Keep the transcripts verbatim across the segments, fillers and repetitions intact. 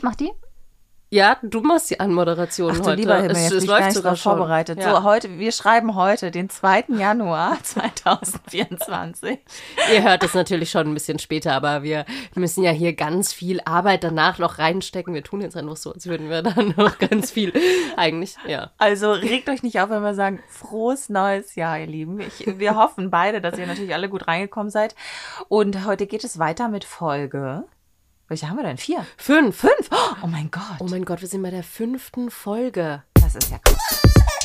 Mach die? Ja, du machst die Anmoderation Ach, du heute. Lieber Himmel, es, jetzt es bin ich läuft gar nicht sogar drauf schon. vorbereitet. Ja. So, heute, wir schreiben heute den zweiten Januar zweitausendvierundzwanzig. Ihr hört es natürlich schon ein bisschen später, aber wir müssen ja hier ganz viel Arbeit danach noch reinstecken. Wir tun jetzt einfach so, als würden wir dann noch ganz viel eigentlich, ja. Also regt euch nicht auf, wenn wir sagen, frohes neues Jahr, ihr Lieben. Ich, wir hoffen beide, dass ihr natürlich alle gut reingekommen seid. Und heute geht es weiter mit Folge... Welche haben wir denn? Vier? Fünf. Fünf? Oh mein Gott. Oh mein Gott, wir sind bei der fünften Folge. Das ist ja krass.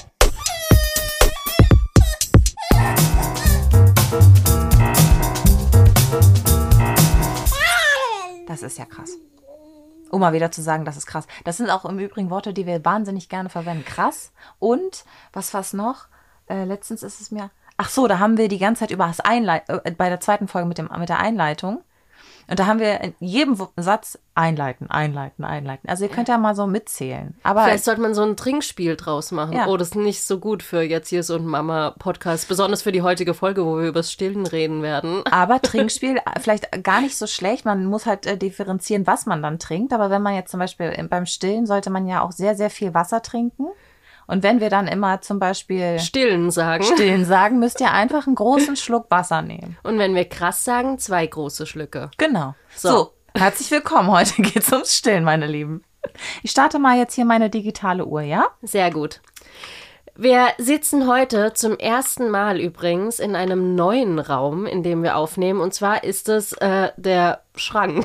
Das ist ja krass. Um mal wieder zu sagen, das ist krass. Das sind auch im Übrigen Worte, die wir wahnsinnig gerne verwenden. Krass. Und, was was noch? Äh, letztens ist es mir... Ach so, da haben wir die ganze Zeit über das Einleit... Äh, bei der zweiten Folge mit, dem, mit der Einleitung... Und da haben wir in jedem Satz einleiten, einleiten, einleiten. Also ihr könnt ja mal so mitzählen. Aber vielleicht sollte man so ein Trinkspiel draus machen. Ja. Oh, das ist nicht so gut für jetzt hier so einen Mama-Podcast. Besonders für die heutige Folge, wo wir über das Stillen reden werden. Aber Trinkspiel vielleicht gar nicht so schlecht. Man muss halt äh, differenzieren, was man dann trinkt. Aber wenn man jetzt zum Beispiel beim Stillen, sollte man ja auch sehr, sehr viel Wasser trinken. Und wenn wir dann immer zum Beispiel Stillen sagen. Stillen sagen, müsst ihr einfach einen großen Schluck Wasser nehmen. Und wenn wir krass sagen, zwei große Schlücke. Genau. So. So, herzlich willkommen. Heute geht's ums Stillen, meine Lieben. Ich starte mal jetzt hier meine digitale Uhr, ja? Sehr gut. Wir sitzen heute zum ersten Mal übrigens in einem neuen Raum, in dem wir aufnehmen. Und zwar ist es äh, der Schrank.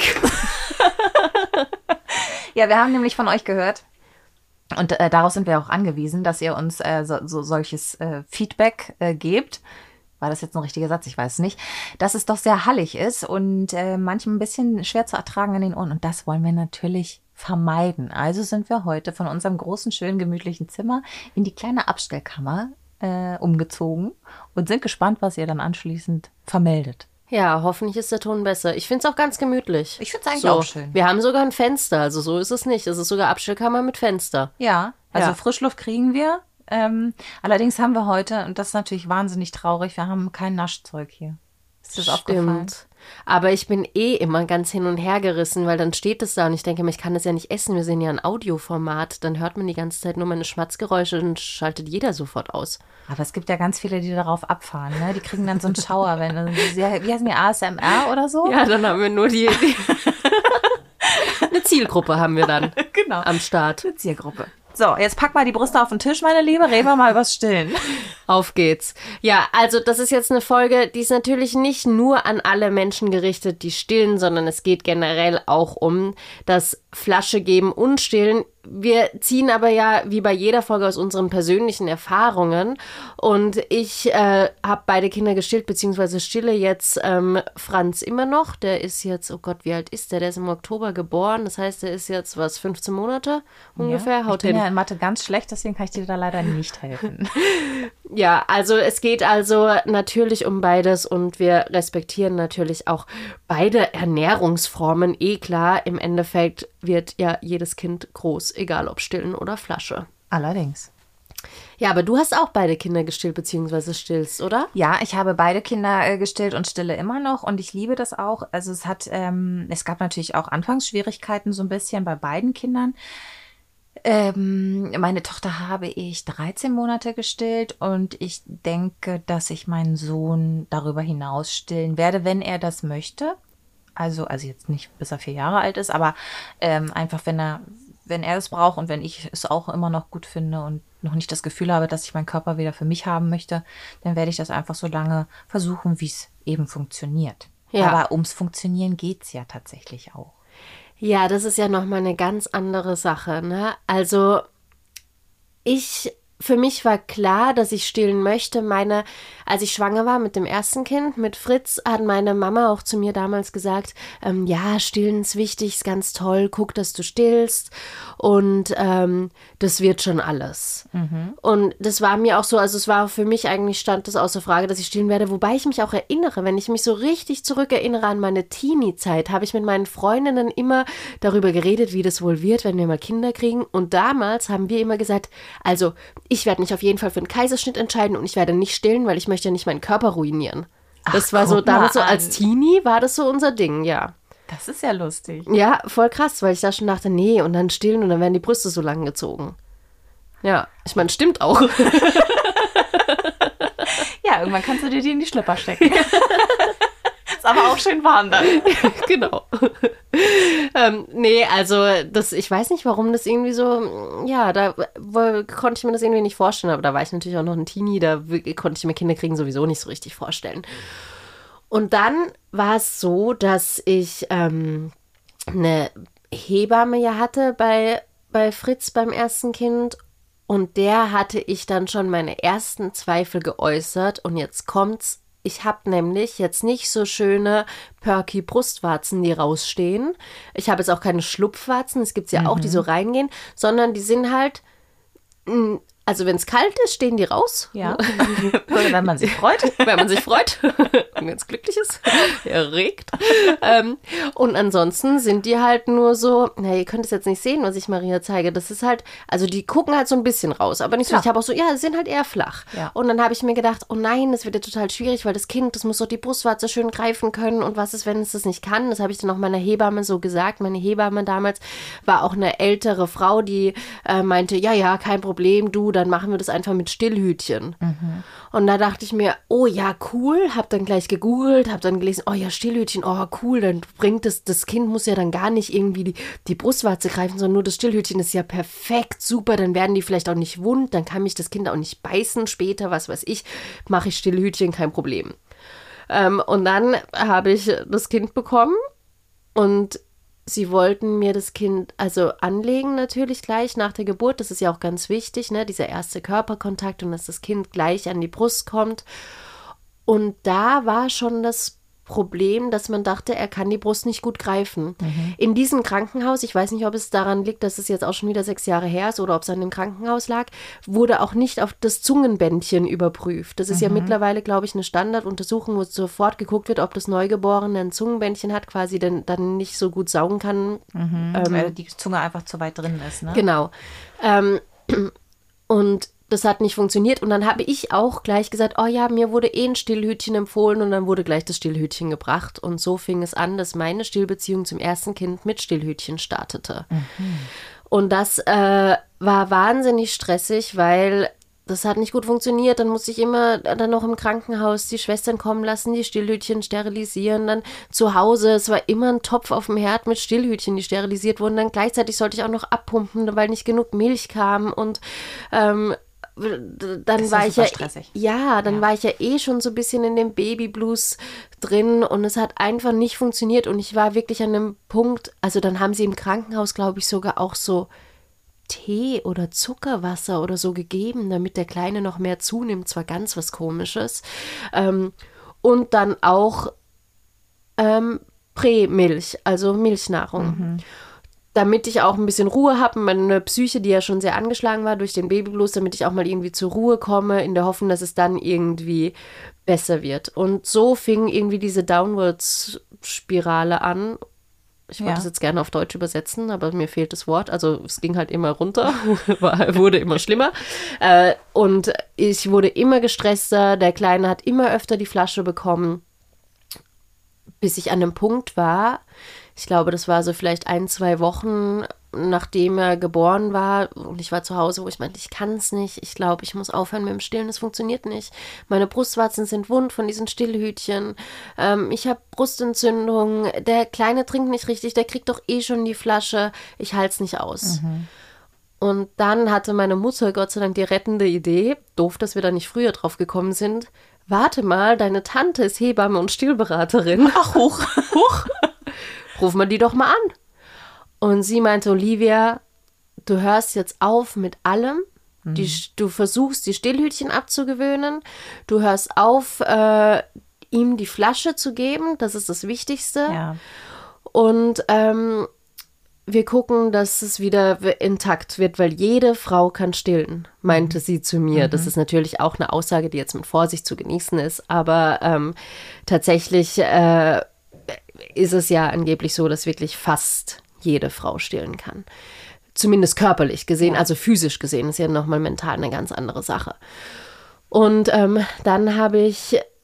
Ja, wir haben nämlich von euch gehört. Und äh, daraus sind wir auch angewiesen, dass ihr uns äh, so, so solches äh, Feedback äh, gebt. War das jetzt ein richtiger Satz? Ich weiß es nicht. Dass es doch sehr hallig ist und äh, manchmal ein bisschen schwer zu ertragen in den Ohren. Und das wollen wir natürlich vermeiden. Also sind wir heute von unserem großen, schönen, gemütlichen Zimmer in die kleine Abstellkammer äh, umgezogen und sind gespannt, was ihr dann anschließend vermeldet. Ja, hoffentlich ist der Ton besser. Ich finde es auch ganz gemütlich. Ich finde es eigentlich so, auch schön. Wir haben sogar ein Fenster, also so ist es nicht. Es ist sogar Abstellkammer mit Fenster. Ja, also Ja. Frischluft kriegen wir. Ähm, allerdings haben wir heute, und das ist natürlich wahnsinnig traurig, wir haben kein Naschzeug hier. Ist das aufgefallen? Stimmt. Aber ich bin eh immer ganz hin und her gerissen, weil dann steht es da und ich denke mir, ich kann das ja nicht essen. Wir sehen ja ein Audioformat. Dann hört man die ganze Zeit nur meine Schmatzgeräusche und schaltet jeder sofort aus. Aber es gibt ja ganz viele, die darauf abfahren, ne? Die kriegen dann so einen Schauer, wenn wie heißen die, A S M R oder so? Ja, dann haben wir nur die... die eine Zielgruppe haben wir dann Genau. am Start. Eine Zielgruppe. So, jetzt pack mal die Brüste auf den Tisch, meine Liebe. Reden wir mal übers Stillen. Auf geht's. Ja, also das ist jetzt eine Folge, die ist natürlich nicht nur an alle Menschen gerichtet, die stillen, sondern es geht generell auch um das Flasche geben und stillen. Wir ziehen aber ja, wie bei jeder Folge, aus unseren persönlichen Erfahrungen. Und ich äh, habe beide Kinder gestillt, beziehungsweise stille jetzt ähm, Franz immer noch. Der ist jetzt, oh Gott, wie alt ist der? Der ist im Oktober geboren. Das heißt, der ist jetzt, was, fünfzehn Monate ungefähr? Ja, Haut ich bin hin. ja in Mathe ganz schlecht, deswegen kann ich dir da leider nicht helfen. Ja, also es geht also natürlich um beides und wir respektieren natürlich auch beide Ernährungsformen. Eh klar, im Endeffekt wird ja jedes Kind groß, egal ob stillen oder Flasche. Allerdings. Ja, aber du hast auch beide Kinder gestillt bzw. stillst, oder? Ja, ich habe beide Kinder äh, gestillt und stille immer noch und ich liebe das auch. Also es hat, ähm, es gab natürlich auch Anfangsschwierigkeiten so ein bisschen bei beiden Kindern. Ähm, meine Tochter habe ich dreizehn Monate gestillt und ich denke, dass ich meinen Sohn darüber hinaus stillen werde, wenn er das möchte. Also, also jetzt nicht, bis er vier Jahre alt ist, aber ähm, einfach, wenn er, wenn er es braucht und wenn ich es auch immer noch gut finde und noch nicht das Gefühl habe, dass ich meinen Körper wieder für mich haben möchte, dann werde ich das einfach so lange versuchen, wie es eben funktioniert. Ja. Aber ums Funktionieren geht's ja tatsächlich auch. Ja, das ist ja nochmal eine ganz andere Sache, ne? Also ich, für mich war klar, dass ich stillen möchte. Meine, als ich schwanger war mit dem ersten Kind, mit Fritz, hat meine Mama auch zu mir damals gesagt, ähm, ja, stillen ist wichtig, ist ganz toll, guck, dass du stillst und ähm, das wird schon alles. Mhm. Und das war mir auch so, also es war für mich eigentlich, stand das außer Frage, dass ich stillen werde, wobei ich mich auch erinnere, wenn ich mich so richtig zurückerinnere an meine Teenie-Zeit, habe ich mit meinen Freundinnen immer darüber geredet, wie das wohl wird, wenn wir mal Kinder kriegen. Und damals haben wir immer gesagt, also ich werde mich auf jeden Fall für einen Kaiserschnitt entscheiden und ich werde nicht stillen, weil ich möchte ja nicht meinen Körper ruinieren. Das Ach, war so, guck mal damals so an. als Teenie war das so unser Ding, ja. Das ist ja lustig. Ja, voll krass, weil ich da schon dachte, nee, und dann stillen und dann werden die Brüste so lang gezogen. Ja, ich meine, stimmt auch. Ja, irgendwann kannst du dir die in die Schlipper stecken. Ist aber auch schön warm dann. Genau. ähm, nee, also das, ich weiß nicht, warum das irgendwie so, ja, da wo, konnte ich mir das irgendwie nicht vorstellen, aber da war ich natürlich auch noch ein Teenie, da w- konnte ich mir Kinder kriegen sowieso nicht so richtig vorstellen. Und dann war es so, dass ich ähm, eine Hebamme ja hatte bei, bei Fritz beim ersten Kind und der hatte ich dann schon meine ersten Zweifel geäußert und jetzt kommt's. Ich habe nämlich jetzt nicht so schöne perky Brustwarzen, die rausstehen. Ich habe jetzt auch keine Schlupfwarzen, es gibt ja mhm. auch, die so reingehen, sondern die sind halt, also wenn es kalt ist, stehen die raus. Ja. Oder wenn man sich freut. Wenn man sich freut und ganz glücklich ist, erregt. ähm, und ansonsten sind die halt nur so, na, ihr könnt es jetzt nicht sehen, was ich Maria zeige. Das ist halt, also die gucken halt so ein bisschen raus, aber nicht so. Ja. Ich habe auch so, ja, sie sind halt eher flach. Ja. Und dann habe ich mir gedacht, oh nein, das wird ja total schwierig, weil das Kind, das muss doch die Brustwarze schön greifen können und was ist, wenn es das nicht kann? Das habe ich dann auch meiner Hebamme so gesagt. Meine Hebamme damals war auch eine ältere Frau, die äh, meinte, ja, ja, kein Problem, du, dann machen wir das einfach mit Stillhütchen. Mhm. Und da dachte ich mir, oh ja, cool, hab dann gleich gegoogelt, hab dann gelesen, oh ja, Stillhütchen, oh cool, dann bringt das, das Kind muss ja dann gar nicht irgendwie die, die Brustwarze greifen, sondern nur das Stillhütchen ist ja perfekt, super, dann werden die vielleicht auch nicht wund, dann kann mich das Kind auch nicht beißen später, was weiß ich, mache ich Stillhütchen, kein Problem. Ähm, und dann habe ich das Kind bekommen und sie wollten mir das Kind also anlegen natürlich gleich nach der Geburt. Das ist ja auch ganz wichtig, ne? Dieser erste Körperkontakt und dass das Kind gleich an die Brust kommt. Und da war schon das Problem, dass man dachte, er kann die Brust nicht gut greifen. Mhm. In diesem Krankenhaus, ich weiß nicht, ob es daran liegt, dass es jetzt auch schon wieder sechs Jahre her ist oder ob es an dem Krankenhaus lag, wurde auch nicht auf das Zungenbändchen überprüft. Das ist mhm. ja mittlerweile, glaube ich, eine Standarduntersuchung, wo sofort geguckt wird, ob das Neugeborene ein Zungenbändchen hat, quasi denn dann nicht so gut saugen kann. Mhm. Ähm, Weil die Zunge einfach zu weit drin ist, ne? Genau. Ähm, und das hat nicht funktioniert und dann habe ich auch gleich gesagt, oh ja, mir wurde eh ein Stillhütchen empfohlen und dann wurde gleich das Stillhütchen gebracht und so fing es an, dass meine Stillbeziehung zum ersten Kind mit Stillhütchen startete. Mhm. Und das äh, war wahnsinnig stressig, weil das hat nicht gut funktioniert. Dann musste ich immer dann noch im Krankenhaus die Schwestern kommen lassen, die Stillhütchen sterilisieren, dann zu Hause. Es war immer ein Topf auf dem Herd mit Stillhütchen, die sterilisiert wurden. Dann gleichzeitig sollte ich auch noch abpumpen, weil nicht genug Milch kam und ähm, dann war ich ja, stressig. ja, dann ja. war ich ja eh schon so ein bisschen in dem Babyblues drin und es hat einfach nicht funktioniert und ich war wirklich an einem Punkt, also dann haben sie im Krankenhaus, glaube ich, sogar auch so Tee oder Zuckerwasser oder so gegeben, damit der Kleine noch mehr zunimmt, zwar ganz was Komisches ähm, und dann auch ähm, Prämilch, also Milchnahrung. Mhm. Damit ich auch ein bisschen Ruhe habe, meine Psyche, die ja schon sehr angeschlagen war durch den Babyblues, damit ich auch mal irgendwie zur Ruhe komme, in der Hoffnung, dass es dann irgendwie besser wird. Und so fing irgendwie diese Downwards-Spirale an. Ich wollte ja. das jetzt gerne auf Deutsch übersetzen, aber mir fehlt das Wort. Also es ging halt immer runter, war, wurde immer schlimmer. Äh, und ich wurde immer gestresster, der Kleine hat immer öfter die Flasche bekommen, bis ich an einem Punkt war, ich glaube, das war so vielleicht ein, zwei Wochen, nachdem er geboren war. Und ich war zu Hause, wo ich meinte, ich kann es nicht. Ich glaube, ich muss aufhören mit dem Stillen. Es funktioniert nicht. Meine Brustwarzen sind wund von diesen Stillhütchen. Ähm, ich habe Brustentzündung. Der Kleine trinkt nicht richtig. Der kriegt doch eh schon die Flasche. Ich halte es nicht aus. Mhm. Und dann hatte meine Mutter Gott sei Dank die rettende Idee. Doof, dass wir da nicht früher drauf gekommen sind. Warte mal, deine Tante ist Hebamme und Stillberaterin. Ach, hoch, hoch. Ruf mal die doch mal an. Und sie meinte, Olivia, du hörst jetzt auf mit allem. Mhm. Die, du versuchst, die Stillhütchen abzugewöhnen. Du hörst auf, äh, ihm die Flasche zu geben. Das ist das Wichtigste. Ja. Und ähm, wir gucken, dass es wieder intakt wird, weil jede Frau kann stillen, meinte mhm. sie zu mir. Mhm. Das ist natürlich auch eine Aussage, die jetzt mit Vorsicht zu genießen ist. Aber ähm, tatsächlich äh, ist es ja angeblich so, dass wirklich fast jede Frau stillen kann. Zumindest körperlich gesehen, ja. also physisch gesehen, ist ja nochmal mental eine ganz andere Sache. Und ähm, dann habe ich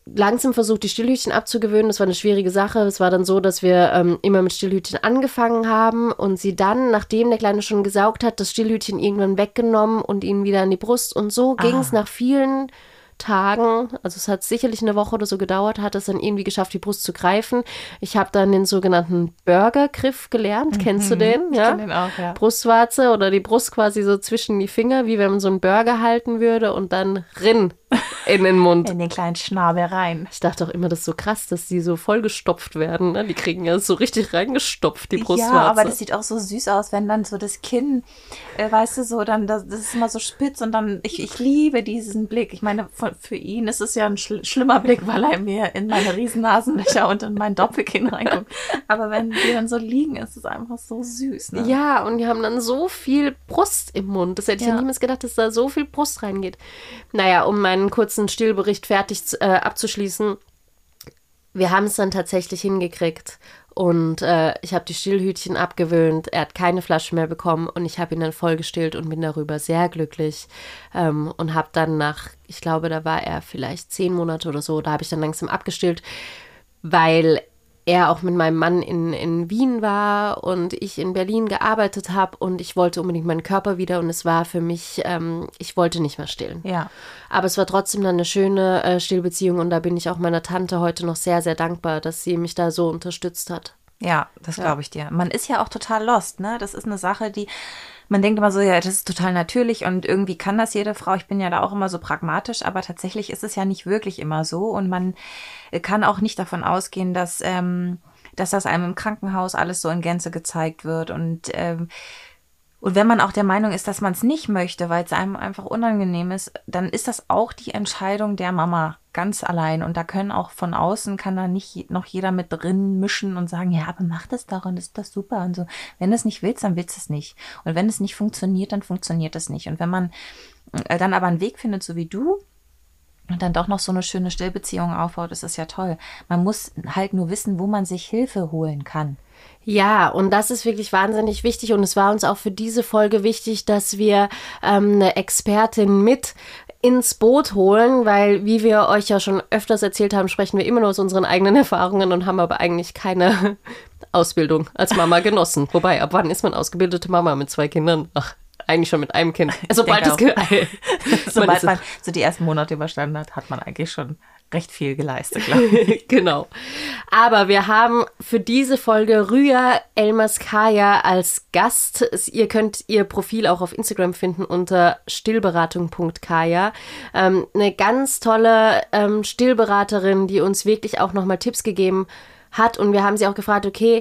langsam versucht, die Stillhütchen abzugewöhnen. Das war eine schwierige Sache. Es war dann so, dass wir ähm, immer mit Stillhütchen angefangen haben und sie dann, nachdem der Kleine schon gesaugt hat, das Stillhütchen irgendwann weggenommen und ihn wieder an die Brust. Und so ging es nach vielen Tagen, also es hat sicherlich eine Woche oder so gedauert, hat es dann irgendwie geschafft, die Brust zu greifen. Ich habe dann den sogenannten Burgergriff gelernt. Mhm. Kennst du den? Ja? Ich kenn den auch, ja. Brustwarze oder die Brust quasi so zwischen die Finger, wie wenn man so einen Burger halten würde und dann rin in den Mund. In den kleinen Schnabel rein. Ich dachte auch immer, das ist so krass, dass die so vollgestopft werden. Ne? Die kriegen ja so richtig reingestopft, die Brustwarze. Ja, aber das sieht auch so süß aus, wenn dann so das Kinn, äh, weißt du, so dann, das, das ist immer so spitz und dann, ich, ich liebe diesen Blick. Ich meine, von, für ihn ist es ja ein schl- schlimmer Blick, weil er mir in meine riesen Nasenlöcher und in mein Doppelkinn reinguckt. Aber wenn die dann so liegen, ist es einfach so süß. Ne? Ja, und die haben dann so viel Brust im Mund. Das hätte ich ja, ja niemals gedacht, dass da so viel Brust reingeht. Naja, um meinen kurzen Stillbericht fertig äh, abzuschließen. Wir haben es dann tatsächlich hingekriegt und äh, ich habe die Stillhütchen abgewöhnt. Er hat keine Flasche mehr bekommen und ich habe ihn dann vollgestillt und bin darüber sehr glücklich ähm, und habe dann nach, ich glaube, da war er vielleicht zehn Monate oder so, da habe ich dann langsam abgestillt, weil er auch mit meinem Mann in, in Wien war und ich in Berlin gearbeitet habe und ich wollte unbedingt meinen Körper wieder und es war für mich, ähm, ich wollte nicht mehr stillen. Ja. Aber es war trotzdem dann eine schöne äh, Stillbeziehung und da bin ich auch meiner Tante heute noch sehr, sehr dankbar, dass sie mich da so unterstützt hat. Ja, das glaube ich dir. Man ist ja auch total lost, ne? Das ist eine Sache, die, man denkt immer so, ja, das ist total natürlich und irgendwie kann das jede Frau. Ich bin ja da auch immer so pragmatisch, aber tatsächlich ist es ja nicht wirklich immer so und man kann auch nicht davon ausgehen, dass, ähm, dass das einem im Krankenhaus alles so in Gänze gezeigt wird und ähm, und wenn man auch der Meinung ist, dass man es nicht möchte, weil es einem einfach unangenehm ist, dann ist das auch die Entscheidung der Mama ganz allein. Und da können auch von außen, kann da nicht noch jeder mit drin mischen und sagen, ja, aber mach das doch und ist das super und so. Wenn du es nicht willst, dann willst du es nicht. Und wenn es nicht funktioniert, dann funktioniert es nicht. Und wenn man dann aber einen Weg findet, so wie du, und dann doch noch so eine schöne Stillbeziehung aufbaut, ist das ja toll. Man muss halt nur wissen, wo man sich Hilfe holen kann. Ja, und das ist wirklich wahnsinnig wichtig und es war uns auch für diese Folge wichtig, dass wir ähm, eine Expertin mit ins Boot holen, weil, wie wir euch ja schon öfters erzählt haben, sprechen wir immer nur aus unseren eigenen Erfahrungen und haben aber eigentlich keine Ausbildung als Mama genossen. Wobei, ab wann ist man ausgebildete Mama mit zwei Kindern? Ach, eigentlich schon mit einem Kind. Sobald es ge- Sobald man so die ersten Monate überstanden hat, hat man eigentlich schon recht viel geleistet, glaube ich. Genau. Aber wir haben für diese Folge Rüya Elmaskaya als Gast. Ihr könnt ihr Profil auch auf Instagram finden unter stillberatung punkt kaya. Ähm, eine ganz tolle ähm, Stillberaterin, die uns wirklich auch nochmal Tipps gegeben hat. Und wir haben sie auch gefragt, okay,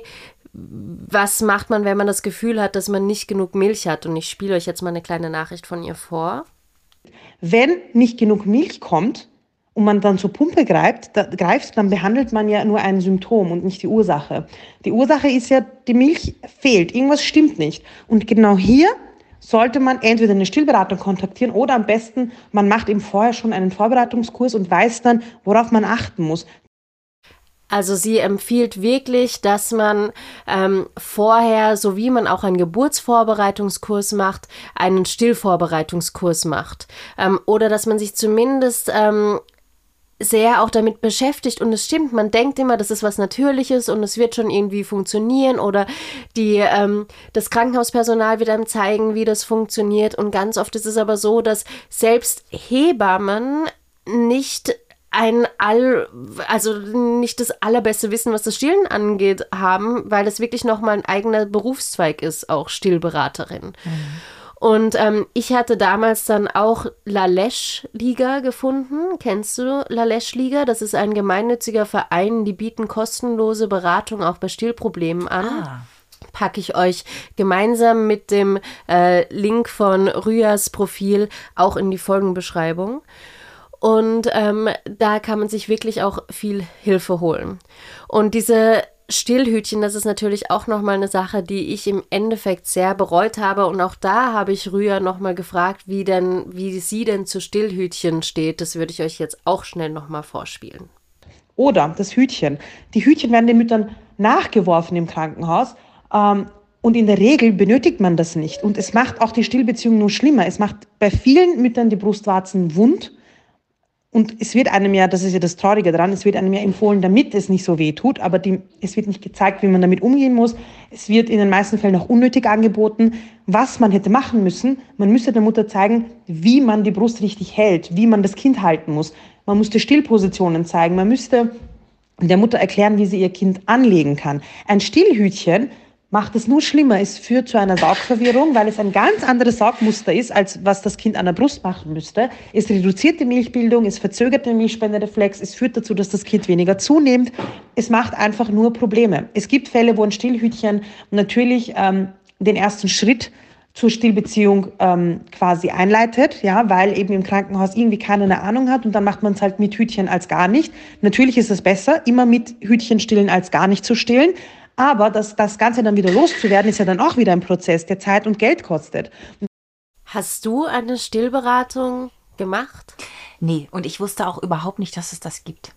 was macht man, wenn man das Gefühl hat, dass man nicht genug Milch hat? Und ich spiele euch jetzt mal eine kleine Nachricht von ihr vor. Wenn nicht genug Milch kommt, und man dann zur Pumpe greift, da, greift, dann behandelt man ja nur ein Symptom und nicht die Ursache. Die Ursache ist ja, die Milch fehlt, irgendwas stimmt nicht. Und genau hier sollte man entweder eine Stillberatung kontaktieren oder am besten, man macht eben vorher schon einen Vorbereitungskurs und weiß dann, worauf man achten muss. Also sie empfiehlt wirklich, dass man ähm, vorher, so wie man auch einen Geburtsvorbereitungskurs macht, einen Stillvorbereitungskurs macht. Ähm, oder dass man sich zumindest ähm, sehr auch damit beschäftigt und es stimmt, man denkt immer, das ist was Natürliches und es wird schon irgendwie funktionieren oder die, ähm, das Krankenhauspersonal wird einem zeigen, wie das funktioniert und ganz oft ist es aber so, dass selbst Hebammen nicht ein all, also nicht das allerbeste Wissen, was das Stillen angeht, haben, weil das wirklich nochmal ein eigener Berufszweig ist, auch Stillberaterin. Mhm. Und ähm, ich hatte damals dann auch La Lèche Liga gefunden. Kennst du La Lèche Liga? Das ist ein gemeinnütziger Verein, die bieten kostenlose Beratung auch bei Stillproblemen an. Ah. Packe ich euch gemeinsam mit dem äh, Link von Rüyas Profil auch in die Folgenbeschreibung. Und ähm, da kann man sich wirklich auch viel Hilfe holen. Und diese Stillhütchen, das ist natürlich auch nochmal eine Sache, die ich im Endeffekt sehr bereut habe. Und auch da habe ich Rüya nochmal gefragt, wie denn, wie sie denn zu Stillhütchen steht. Das würde ich euch jetzt auch schnell nochmal vorspielen. Oder das Hütchen. Die Hütchen werden den Müttern nachgeworfen im Krankenhaus. Ähm, und in der Regel benötigt man das nicht. Und es macht auch die Stillbeziehung nur schlimmer. Es macht bei vielen Müttern die Brustwarzen wund. Und es wird einem ja, das ist ja das Traurige daran, es wird einem ja empfohlen, damit es nicht so weh tut, aber die, es wird nicht gezeigt, wie man damit umgehen muss. Es wird in den meisten Fällen auch unnötig angeboten, was man hätte machen müssen. Man müsste der Mutter zeigen, wie man die Brust richtig hält, wie man das Kind halten muss. Man müsste Stillpositionen zeigen, man müsste der Mutter erklären, wie sie ihr Kind anlegen kann. Ein Stillhütchen macht es nur schlimmer. Es führt zu einer Saugverwirrung, weil es ein ganz anderes Saugmuster ist, als was das Kind an der Brust machen müsste. Es reduziert die Milchbildung, es verzögert den Milchspendereflex, es führt dazu, dass das Kind weniger zunimmt. Es macht einfach nur Probleme. Es gibt Fälle, wo ein Stillhütchen natürlich ähm, den ersten Schritt zur Stillbeziehung ähm, quasi einleitet, ja, weil eben im Krankenhaus irgendwie keiner eine Ahnung hat und dann macht man es halt mit Hütchen als gar nicht. Natürlich ist es besser, immer mit Hütchen stillen als gar nicht zu stillen. Aber das, das Ganze dann wieder loszuwerden, ist ja dann auch wieder ein Prozess, der Zeit und Geld kostet. Hast du eine Stillberatung gemacht? Nee, und ich wusste auch überhaupt nicht, dass es das gibt.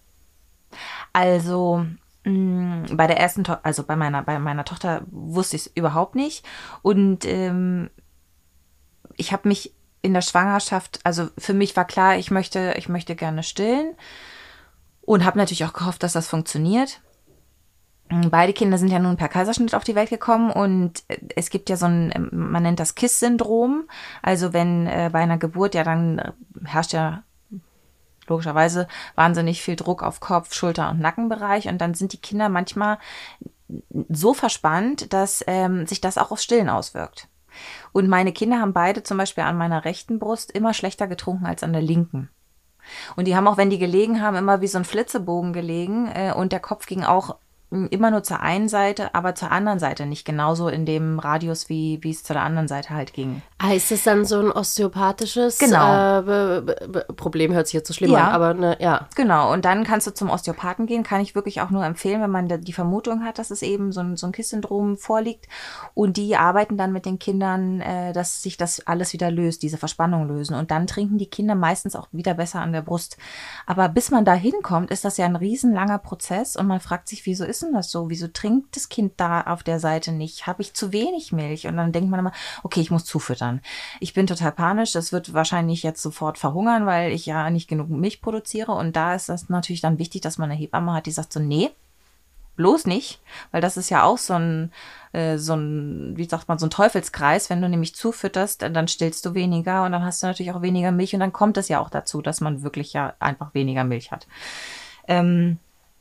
Also mh, bei der ersten, to- also bei meiner, bei meiner Tochter wusste ich es überhaupt nicht. Und ähm, ich habe mich in der Schwangerschaft, also für mich war klar, ich möchte, ich möchte gerne stillen und habe natürlich auch gehofft, dass das funktioniert. Beide Kinder sind ja nun per Kaiserschnitt auf die Welt gekommen und es gibt ja so ein, man nennt das K I S S-Syndrom. Also wenn äh, bei einer Geburt, ja dann herrscht ja logischerweise wahnsinnig viel Druck auf Kopf, Schulter- und Nackenbereich und dann sind die Kinder manchmal so verspannt, dass ähm, sich das auch aufs Stillen auswirkt. Und meine Kinder haben beide zum Beispiel an meiner rechten Brust immer schlechter getrunken als an der linken. Und die haben auch, wenn die gelegen haben, immer wie so ein Flitzebogen gelegen äh, und der Kopf ging auch immer nur zur einen Seite, aber zur anderen Seite nicht genauso in dem Radius, wie, wie es zu der anderen Seite halt ging. Heißt es dann so ein osteopathisches Genau. äh, be, be, Problem, hört sich jetzt so schlimm Ja. an, aber ne, ja. Genau, und dann kannst du zum Osteopathen gehen, kann ich wirklich auch nur empfehlen, wenn man da die Vermutung hat, dass es eben so ein, so ein K I S-Syndrom vorliegt. Und die arbeiten dann mit den Kindern, äh, dass sich das alles wieder löst, diese Verspannung lösen. Und dann trinken die Kinder meistens auch wieder besser an der Brust. Aber bis man da hinkommt, ist das ja ein riesenlanger Prozess und man fragt sich, wieso ist denn das so? Wieso trinkt das Kind da auf der Seite nicht? Habe ich zu wenig Milch? Und dann denkt man immer, okay, ich muss zufüttern. Ich bin total panisch, das wird wahrscheinlich jetzt sofort verhungern, weil ich ja nicht genug Milch produziere. Und da ist das natürlich dann wichtig, dass man eine Hebamme hat, die sagt so, nee, bloß nicht. Weil das ist ja auch so ein, äh, so ein, wie sagt man, so ein Teufelskreis. Wenn du nämlich zufütterst, dann stillst du weniger und dann hast du natürlich auch weniger Milch. Und dann kommt es ja auch dazu, dass man wirklich ja einfach weniger Milch hat. Ähm,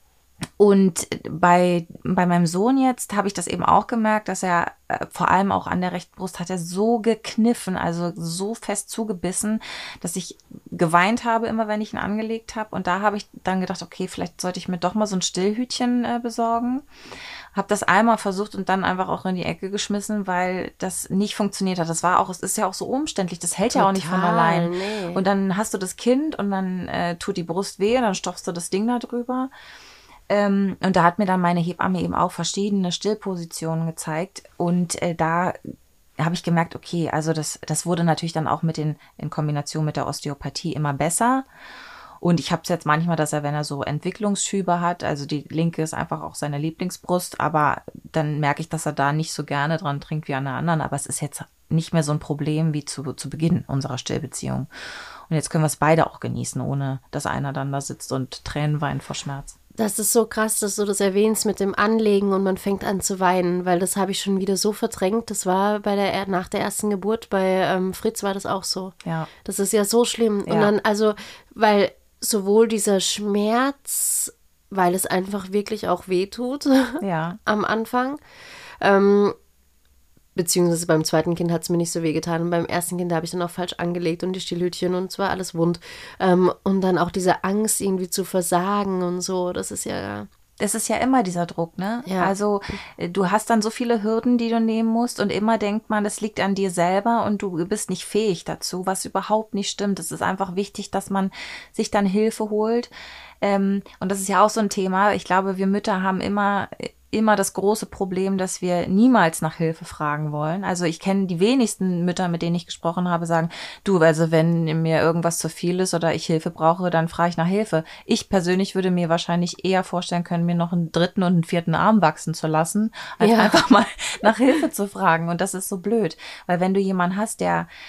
Und bei, bei meinem Sohn jetzt habe ich das eben auch gemerkt, dass er äh, vor allem auch an der rechten Brust hat er so gekniffen, also so fest zugebissen, dass ich geweint habe, immer wenn ich ihn angelegt habe. Und da habe ich dann gedacht, okay, vielleicht sollte ich mir doch mal so ein Stillhütchen äh, besorgen. Habe das einmal versucht und dann einfach auch in die Ecke geschmissen, weil das nicht funktioniert hat. Das war auch, es ist ja auch so umständlich, das hält Total, ja auch nicht von allein. nee. Und dann hast du das Kind und dann äh, tut die Brust weh und dann stopfst du das Ding da drüber. Ähm, und da hat mir dann meine Hebamme eben auch verschiedene Stillpositionen gezeigt. Und äh, da habe ich gemerkt, okay, also das, das wurde natürlich dann auch mit den, in Kombination mit der Osteopathie immer besser. Und ich habe es jetzt manchmal, dass er, wenn er so Entwicklungsschübe hat, also die linke ist einfach auch seine Lieblingsbrust, aber dann merke ich, dass er da nicht so gerne dran trinkt wie an der anderen. Aber es ist jetzt nicht mehr so ein Problem wie zu, zu Beginn unserer Stillbeziehung. Und jetzt können wir es beide auch genießen, ohne dass einer dann da sitzt und Tränen weint vor Schmerz. Das ist so krass, dass du das erwähnst mit dem Anlegen und man fängt an zu weinen, weil das habe ich schon wieder so verdrängt. Das war bei der nach der ersten Geburt, bei ähm, Fritz war das auch so. Ja. Das ist ja so schlimm. Ja. Und dann, also, weil sowohl dieser Schmerz, weil es einfach wirklich auch wehtut Ja. am Anfang, ähm, beziehungsweise beim zweiten Kind hat es mir nicht so wehgetan. Und beim ersten Kind habe ich dann auch falsch angelegt und die Stillhütchen und es war alles wund. Ähm, und dann auch diese Angst irgendwie zu versagen und so, das ist ja... Das ist ja immer dieser Druck, ne? Ja. Also äh, du hast dann so viele Hürden, die du nehmen musst und immer denkt man, das liegt an dir selber und du bist nicht fähig dazu, was überhaupt nicht stimmt. Es ist einfach wichtig, dass man sich dann Hilfe holt. Ähm, und das ist ja auch so ein Thema. Ich glaube, wir Mütter haben immer immer das große Problem, dass wir niemals nach Hilfe fragen wollen. Also ich kenne die wenigsten Mütter, mit denen ich gesprochen habe, sagen, du, also wenn mir irgendwas zu viel ist oder ich Hilfe brauche, dann frage ich nach Hilfe. Ich persönlich würde mir wahrscheinlich eher vorstellen können, mir noch einen dritten und einen vierten Arm wachsen zu lassen, als Ja. einfach mal nach Hilfe zu fragen. Und das ist so blöd, weil wenn du jemanden hast, der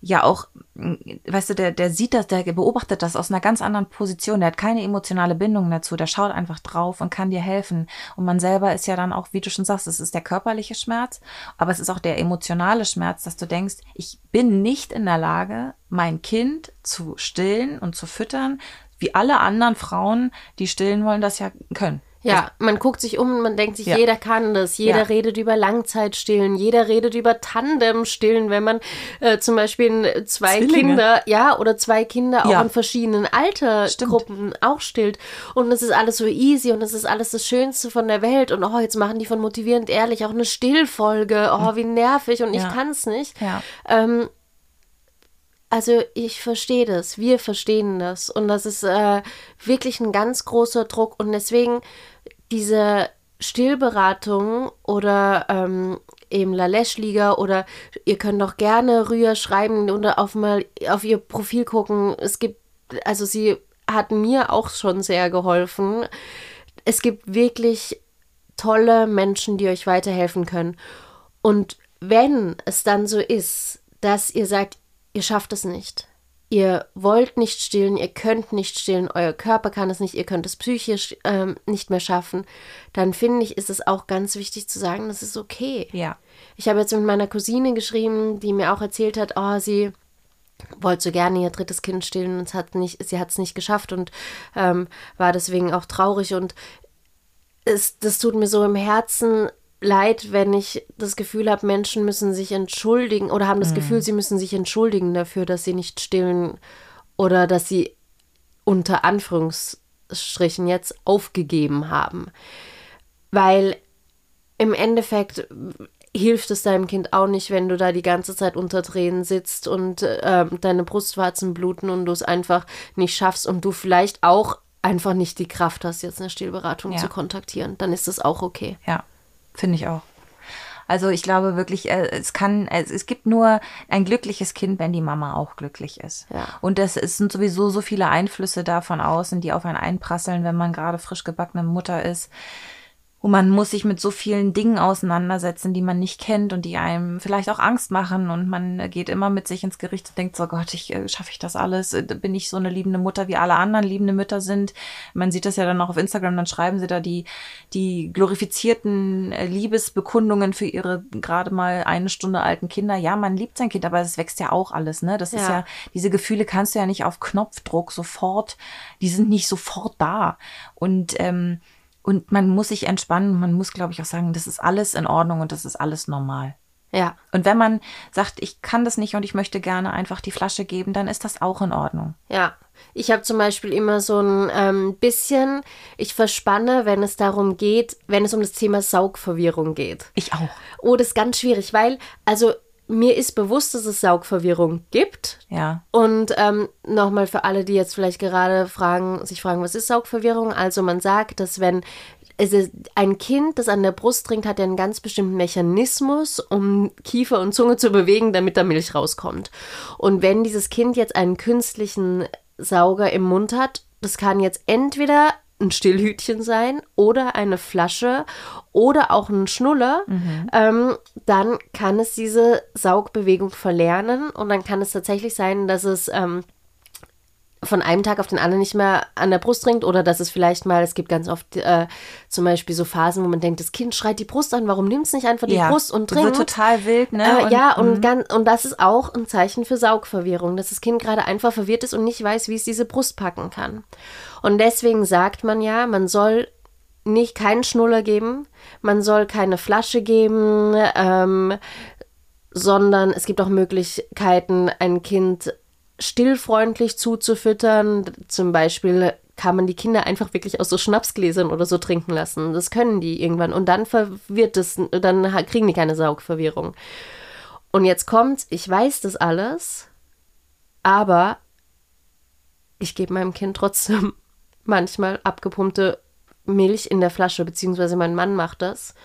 ja auch, weißt du, der, der sieht das, der beobachtet das aus einer ganz anderen Position. Der hat keine emotionale Bindung dazu. Der schaut einfach drauf und kann dir helfen. Und man selber ist ja dann auch, wie du schon sagst, es ist der körperliche Schmerz, aber es ist auch der emotionale Schmerz, dass du denkst, ich bin nicht in der Lage, mein Kind zu stillen und zu füttern, wie alle anderen Frauen, die stillen wollen, das ja können. Ja, man guckt sich um und man denkt sich, Ja. jeder kann das. Jeder Ja. redet über Langzeitstillen, jeder redet über Tandemstillen, wenn man äh, zum Beispiel zwei Zwillinge. Kinder, ja, oder zwei Kinder auch Ja. in verschiedenen Altersgruppen auch stillt. Und es ist alles so easy und es ist alles das Schönste von der Welt. Und oh, jetzt machen die von Motivierend Ehrlich auch eine Stillfolge. Oh, wie nervig und ich Ja. kann es nicht. Ja. Ähm, Also ich verstehe das, wir verstehen das und das ist äh, wirklich ein ganz großer Druck und deswegen diese Stillberatung oder ähm, eben Lalesh-Liga oder ihr könnt doch gerne Rüya schreiben oder auf mal auf ihr Profil gucken. Es gibt, also sie hat mir auch schon sehr geholfen. Es gibt wirklich tolle Menschen, die euch weiterhelfen können. Und wenn es dann so ist, dass ihr sagt, ihr schafft es nicht. Ihr wollt nicht stillen, ihr könnt nicht stillen, euer Körper kann es nicht, ihr könnt es psychisch ähm, nicht mehr schaffen, dann finde ich, ist es auch ganz wichtig zu sagen, das ist okay. Ja. Ich habe jetzt mit meiner Cousine geschrieben, die mir auch erzählt hat, oh, sie wollte so gerne ihr drittes Kind stillen und es hat nicht, sie hat es nicht geschafft und ähm, war deswegen auch traurig und es, das tut mir so im Herzen leid, wenn ich das Gefühl habe, Menschen müssen sich entschuldigen oder haben das mhm. Gefühl, sie müssen sich entschuldigen dafür, dass sie nicht stillen oder dass sie unter Anführungsstrichen jetzt aufgegeben haben. Weil im Endeffekt hilft es deinem Kind auch nicht, wenn du da die ganze Zeit unter Tränen sitzt und äh, deine Brustwarzen bluten und du es einfach nicht schaffst und du vielleicht auch einfach nicht die Kraft hast, jetzt eine Stillberatung ja. zu kontaktieren. Dann ist das auch okay. Ja. Finde ich auch. Also ich glaube wirklich, es kann, es gibt nur ein glückliches Kind, wenn die Mama auch glücklich ist. Ja. Und das es sind sowieso so viele Einflüsse da von außen, die auf einen einprasseln, wenn man gerade frisch gebackene Mutter ist. Und man muss sich mit so vielen Dingen auseinandersetzen, die man nicht kennt und die einem vielleicht auch Angst machen. Und man geht immer mit sich ins Gericht und denkt, so Gott, ich, äh, schaffe ich das alles? Bin ich so eine liebende Mutter, wie alle anderen liebende Mütter sind? Man sieht das ja dann auch auf Instagram, dann schreiben sie da die, die glorifizierten äh, Liebesbekundungen für ihre gerade mal eine Stunde alten Kinder. Ja, man liebt sein Kind, aber es wächst ja auch alles, ne? Das Ja. ist ja, diese Gefühle kannst du ja nicht auf Knopfdruck sofort, die sind nicht sofort da. Und, ähm, Und man muss sich entspannen, man muss, glaube ich, auch sagen, das ist alles in Ordnung und das ist alles normal. Ja. Und wenn man sagt, ich kann das nicht und ich möchte gerne einfach die Flasche geben, dann ist das auch in Ordnung. Ja, ich habe zum Beispiel immer so ein ähm, bisschen, ich verspanne, wenn es darum geht, wenn es um das Thema Saugverwirrung geht. Ich auch. Oh, das ist ganz schwierig, weil, also mir ist bewusst, dass es Saugverwirrung gibt. Ja. Und ähm, nochmal für alle, die jetzt vielleicht gerade fragen, sich fragen, was ist Saugverwirrung? Also man sagt, dass wenn es ist, ein Kind, das an der Brust trinkt, hat ja einen ganz bestimmten Mechanismus, um Kiefer und Zunge zu bewegen, damit da Milch rauskommt. Und wenn dieses Kind jetzt einen künstlichen Sauger im Mund hat, das kann jetzt entweder ein Stillhütchen sein oder eine Flasche oder auch ein Schnuller, mhm. ähm, dann kann es diese Saugbewegung verlernen und dann kann es tatsächlich sein, dass es ähm, von einem Tag auf den anderen nicht mehr an der Brust trinkt oder dass es vielleicht mal, es gibt ganz oft äh, zum Beispiel so Phasen, wo man denkt, das Kind schreit die Brust an, warum nimmt es nicht einfach die ja. Brust und trinkt? Wird total wild, ne? Äh, und, ja, und, mhm. ganz, und das ist auch ein Zeichen für Saugverwirrung, dass das Kind gerade einfach verwirrt ist und nicht weiß, wie es diese Brust packen kann. Und deswegen sagt man ja, man soll nicht keinen Schnuller geben, man soll keine Flasche geben, ähm, sondern es gibt auch Möglichkeiten, ein Kind stillfreundlich zuzufüttern. Zum Beispiel kann man die Kinder einfach wirklich aus so Schnapsgläsern oder so trinken lassen. Das können die irgendwann. Und dann verwirrt es, dann kriegen die keine Saugverwirrung. Und jetzt kommt's, ich weiß das alles, aber ich gebe meinem Kind trotzdem manchmal abgepumpte Milch in der Flasche, beziehungsweise mein Mann macht das.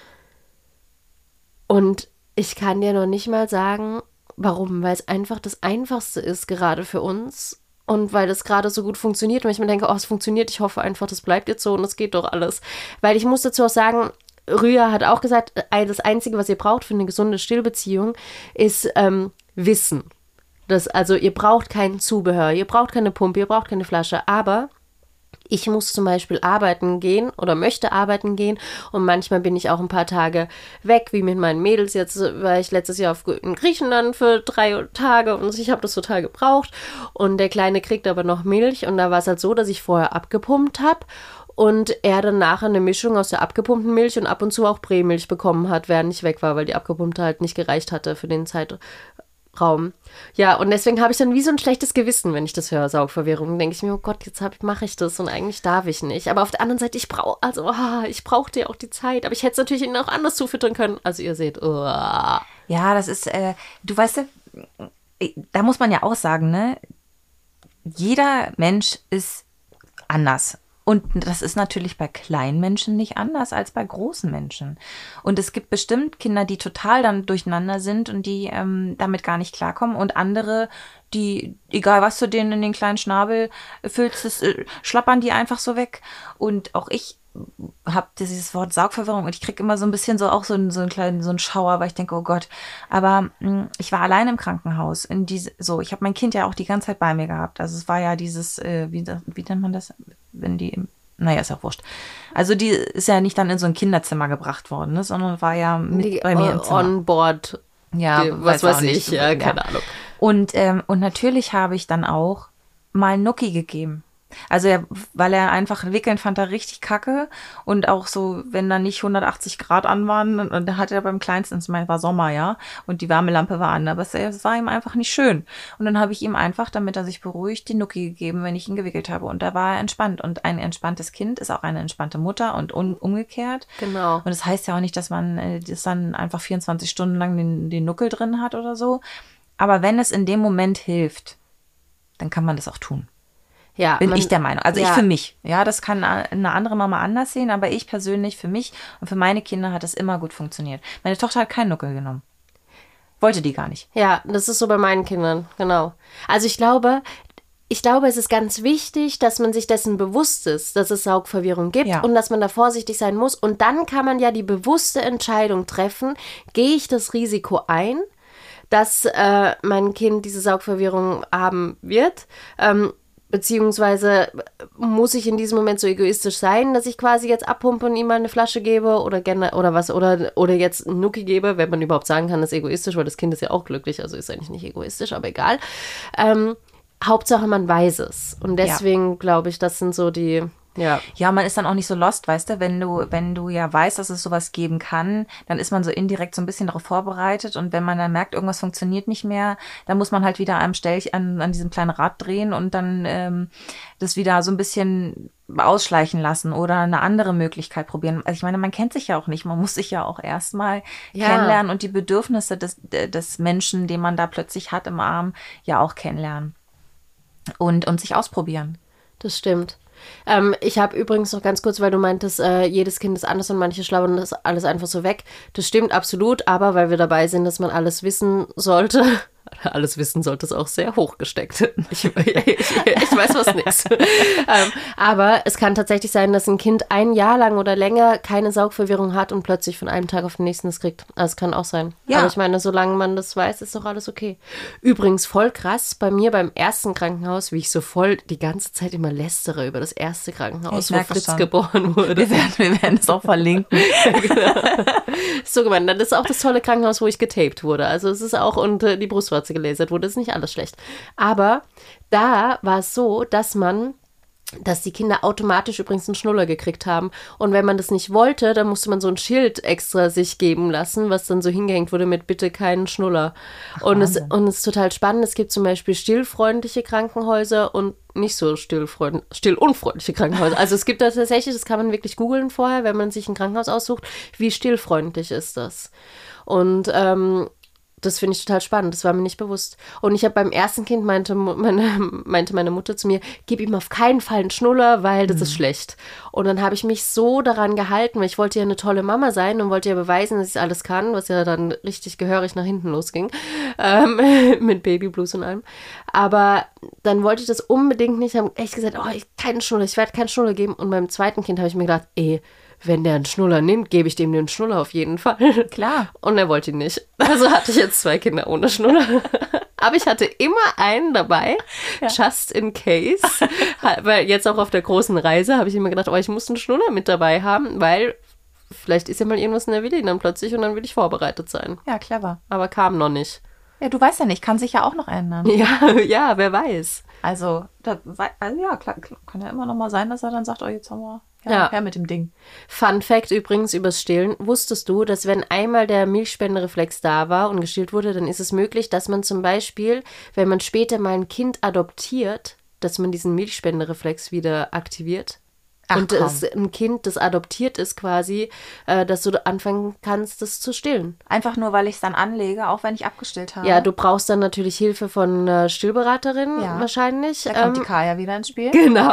Und ich kann dir noch nicht mal sagen, warum, weil es einfach das Einfachste ist, gerade für uns. Und weil das gerade so gut funktioniert. Und ich mir denke, oh, es funktioniert, ich hoffe einfach, das bleibt jetzt so und es geht doch alles. Weil ich muss dazu auch sagen, Rüya hat auch gesagt, das Einzige, was ihr braucht für eine gesunde Stillbeziehung, ist ähm, Wissen. Das, also ihr braucht kein Zubehör, ihr braucht keine Pumpe, ihr braucht keine Flasche, aber ich muss zum Beispiel arbeiten gehen oder möchte arbeiten gehen und manchmal bin ich auch ein paar Tage weg, wie mit meinen Mädels. Jetzt war ich letztes Jahr auf, in Griechenland für drei Tage und ich habe das total gebraucht und der Kleine kriegt aber noch Milch und da war es halt so, dass ich vorher abgepumpt habe und er dann nachher eine Mischung aus der abgepumpten Milch und ab und zu auch Prämilch bekommen hat, während ich weg war, weil die abgepumpte halt nicht gereicht hatte für den Zeitraum. Raum. Ja, und deswegen habe ich dann wie so ein schlechtes Gewissen, wenn ich das höre, Saugverwirrung. Dann denke ich mir, oh Gott, jetzt mache ich das und eigentlich darf ich nicht. Aber auf der anderen Seite, ich brauche, also, oh, ich brauchte ja auch die Zeit. Aber ich hätte es natürlich ihnen auch anders zufüttern können. Also ihr seht, oh. Ja, das ist, äh, du weißt, da muss man ja auch sagen, ne, jeder Mensch ist anders. Und das ist natürlich bei kleinen Menschen nicht anders als bei großen Menschen. Und es gibt bestimmt Kinder, die total dann durcheinander sind und die ähm, damit gar nicht klarkommen. Und andere, die, egal was du denen in den kleinen Schnabel füllst, das, äh, schlappern die einfach so weg. Und auch ich habe dieses Wort Saugverwirrung und ich kriege immer so ein bisschen so auch so einen, so einen kleinen so einen Schauer, weil ich denke, oh Gott. Aber mh, ich war allein im Krankenhaus. In diese, so, ich habe mein Kind ja auch die ganze Zeit bei mir gehabt. Also es war ja dieses, äh, wie, wie nennt man das? Wenn die, naja, ist ja auch wurscht. Also die ist ja nicht dann in so ein Kinderzimmer gebracht worden, ne, sondern war ja mit die bei mir im Zimmer. On board. Ja, die, was weiß ich, ja, keine ja. Ahnung. Und, ähm, und natürlich habe ich dann auch mal Nucki gegeben. Also er, weil er einfach wickeln fand er richtig kacke und auch so, wenn da nicht hundertachtzig Grad an waren, und da hat er beim Kleinsten, es war Sommer, ja, und die Wärmelampe war an, aber es, es war ihm einfach nicht schön. Und dann habe ich ihm einfach, damit er sich beruhigt, die Nucki gegeben, wenn ich ihn gewickelt habe. Und da war er entspannt. Und ein entspanntes Kind ist auch eine entspannte Mutter und un- umgekehrt. Genau. Und das heißt ja auch nicht, dass man äh, das dann einfach vierundzwanzig Stunden lang den, den Nuckel drin hat oder so. Aber wenn es in dem Moment hilft, dann kann man das auch tun. Ja, Bin man, ich der Meinung. Also ja. ich für mich. Ja, das kann eine andere Mama anders sehen, aber ich persönlich für mich und für meine Kinder hat das immer gut funktioniert. Meine Tochter hat keinen Nuckel genommen. Wollte die gar nicht. Ja, das ist so bei meinen Kindern, genau. Also ich glaube, ich glaube, es ist ganz wichtig, dass man sich dessen bewusst ist, dass es Saugverwirrung gibt Ja. und dass man da vorsichtig sein muss. Und dann kann man ja die bewusste Entscheidung treffen, gehe ich das Risiko ein, dass äh, mein Kind diese Saugverwirrung haben wird, ähm, beziehungsweise muss ich in diesem Moment so egoistisch sein, dass ich quasi jetzt abpumpe und ihm mal eine Flasche gebe oder gerne oder was oder oder jetzt einen Nucki gebe, wenn man überhaupt sagen kann, das ist egoistisch, weil das Kind ist ja auch glücklich, also ist eigentlich nicht egoistisch, aber egal. Ähm, Hauptsache man weiß es und deswegen ja. glaube ich, das sind so die Ja. Ja, man ist dann auch nicht so lost, weißt du, wenn du, wenn du ja weißt, dass es sowas geben kann, dann ist man so indirekt so ein bisschen darauf vorbereitet und wenn man dann merkt, irgendwas funktioniert nicht mehr, dann muss man halt wieder am Stellch an, an diesem kleinen Rad drehen und dann ähm, das wieder so ein bisschen ausschleichen lassen oder eine andere Möglichkeit probieren. Also ich meine, man kennt sich ja auch nicht, man muss sich ja auch erstmal Ja. kennenlernen und die Bedürfnisse des, des Menschen, den man da plötzlich hat im Arm, ja auch kennenlernen und, und sich ausprobieren. Das stimmt. Ähm, ich habe übrigens noch ganz kurz, weil du meintest, äh, jedes Kind ist anders und manche schlabbern das alles einfach so weg. Das stimmt absolut, aber weil wir dabei sind, dass man alles wissen sollte, alles wissen sollte, ist auch sehr hochgesteckt. Ich, ich, ich weiß was nix. ähm, aber es kann tatsächlich sein, dass ein Kind ein Jahr lang oder länger keine Saugverwirrung hat und plötzlich von einem Tag auf den nächsten es kriegt. Also es kann auch sein. Ja. Aber ich meine, solange man das weiß, ist doch alles okay. Übrigens voll krass, bei mir beim ersten Krankenhaus, wie ich so voll die ganze Zeit immer lästere über das erste Krankenhaus, Ich wo merke Fritz schon. geboren wurde. Wir werden, wir werden es auch verlinken. So gemeint. Das ist auch das tolle Krankenhaus, wo ich getaped wurde. Also es ist auch, und äh, die Brustwarze gelasert wurde, ist nicht alles schlecht. Aber da war es so, dass man, dass die Kinder automatisch übrigens einen Schnuller gekriegt haben. Und wenn man das nicht wollte, dann musste man so ein Schild extra sich geben lassen, was dann so hingehängt wurde mit bitte keinen Schnuller. Und es, und es ist total spannend. Es gibt zum Beispiel stillfreundliche Krankenhäuser und nicht so stillfreund, stillunfreundliche Krankenhäuser. Also es gibt da tatsächlich, das kann man wirklich googeln vorher, wenn man sich ein Krankenhaus aussucht, wie stillfreundlich ist das. Und ähm, das finde ich total spannend, das war mir nicht bewusst. Und ich habe beim ersten Kind, meinte meine, meinte meine Mutter zu mir, gib ihm auf keinen Fall einen Schnuller, weil das mhm. ist schlecht. Und dann habe ich mich so daran gehalten, weil ich wollte ja eine tolle Mama sein und wollte ja beweisen, dass ich alles kann, was ja dann richtig gehörig nach hinten losging, ähm, mit Babyblues und allem. Aber dann wollte ich das unbedingt nicht, habe echt gesagt, oh, ich keinen Schnuller, ich werde keinen Schnuller geben. Und beim zweiten Kind habe ich mir gedacht, ey, wenn der einen Schnuller nimmt, gebe ich dem den Schnuller auf jeden Fall. Klar. Und er wollte ihn nicht. Also hatte ich jetzt zwei Kinder ohne Schnuller. Aber ich hatte immer einen dabei, ja. just in case. Weil jetzt auch auf der großen Reise habe ich immer gedacht, oh, ich muss einen Schnuller mit dabei haben, weil vielleicht ist ja mal irgendwas in der Willi dann plötzlich und dann will ich vorbereitet sein. Ja, clever. Aber kam noch nicht. Ja, du weißt ja nicht, kann sich ja auch noch ändern. Ja, ja, wer weiß. Also, da, also ja, klar, kann ja immer noch mal sein, dass er dann sagt, oh, jetzt haben wir ja, ja. her mit dem Ding. Fun Fact übrigens übers Stillen. Wusstest du, dass wenn einmal der Milchspendereflex da war und gestillt wurde, dann ist es möglich, dass man zum Beispiel, wenn man später mal ein Kind adoptiert, dass man diesen Milchspendereflex wieder aktiviert? Ach, und es, ein Kind, das adoptiert ist quasi, äh, dass du anfangen kannst, das zu stillen. Einfach nur, weil ich es dann anlege, auch wenn ich abgestillt habe? Ja, du brauchst dann natürlich Hilfe von einer Stillberaterin ja. wahrscheinlich. Da kommt ähm, die Kaya wieder ins Spiel. Genau,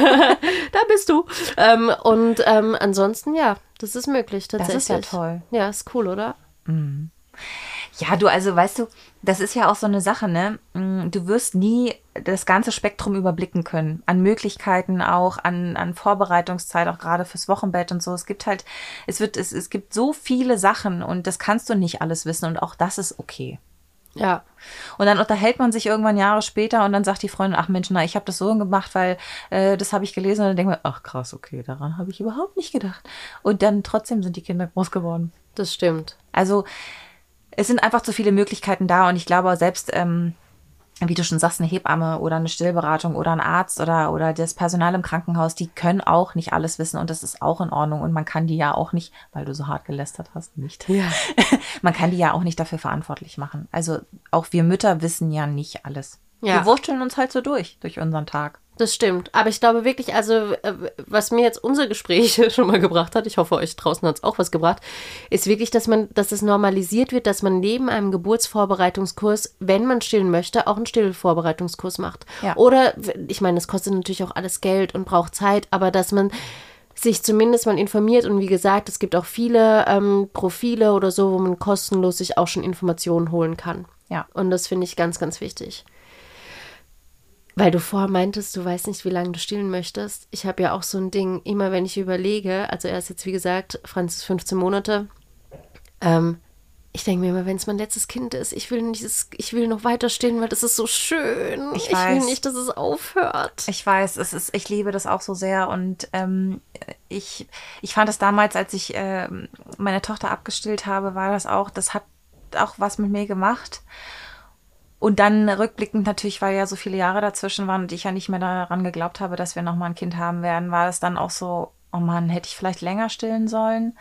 da bist du. Ähm, und ähm, ansonsten, ja, das ist möglich tatsächlich. Das ist ja toll. Ja, ist cool, oder? Mhm. Ja, du, also weißt du, das ist ja auch so eine Sache, ne? Du wirst nie das ganze Spektrum überblicken können. An Möglichkeiten auch, an, an Vorbereitungszeit, auch gerade fürs Wochenbett und so. Es gibt halt, es wird, es, es gibt so viele Sachen und das kannst du nicht alles wissen und auch das ist okay. Ja. Und dann unterhält man sich irgendwann Jahre später und dann sagt die Freundin, ach Mensch, na, ich habe das so gemacht, weil äh, das habe ich gelesen und dann denkt man, ach krass, okay, daran habe ich überhaupt nicht gedacht. Und dann trotzdem sind die Kinder groß geworden. Das stimmt. Also es sind einfach zu viele Möglichkeiten da und ich glaube selbst, ähm, wie du schon sagst, eine Hebamme oder eine Stillberatung oder ein Arzt oder, oder das Personal im Krankenhaus, die können auch nicht alles wissen und das ist auch in Ordnung und man kann die ja auch nicht, weil du so hart gelästert hast, nicht. Ja. Man kann die ja auch nicht dafür verantwortlich machen. Also auch wir Mütter wissen ja nicht alles. Ja. Wir wursteln uns halt so durch, durch unseren Tag. Das stimmt. Aber ich glaube wirklich, also was mir jetzt unser Gespräch schon mal gebracht hat, ich hoffe, euch draußen hat es auch was gebracht, ist wirklich, dass man, dass es normalisiert wird, dass man neben einem Geburtsvorbereitungskurs, wenn man stillen möchte, auch einen Stillvorbereitungskurs macht. Ja. Oder, ich meine, es kostet natürlich auch alles Geld und braucht Zeit, aber dass man sich zumindest mal informiert und wie gesagt, es gibt auch viele ähm, Profile oder so, wo man kostenlos sich auch schon Informationen holen kann. Ja. Und das finde ich ganz, ganz wichtig. Weil du vorher meintest, du weißt nicht, wie lange du stillen möchtest. Ich habe ja auch so ein Ding, immer wenn ich überlege, also er ist jetzt, wie gesagt, Franz ist fünfzehn Monate, ähm, ich denke mir immer, wenn es mein letztes Kind ist, ich will nicht, ich will noch weiter stillen, weil das ist so schön. Ich, ich weiß. will nicht, dass es aufhört. Ich weiß, es ist, ich liebe das auch so sehr und ähm, ich, ich fand es damals, als ich äh, meine Tochter abgestillt habe, war das auch, das hat auch was mit mir gemacht. Und dann rückblickend natürlich, weil ja so viele Jahre dazwischen waren und ich ja nicht mehr daran geglaubt habe, dass wir nochmal ein Kind haben werden, war es dann auch so, oh Mann, hätte ich vielleicht länger stillen sollen.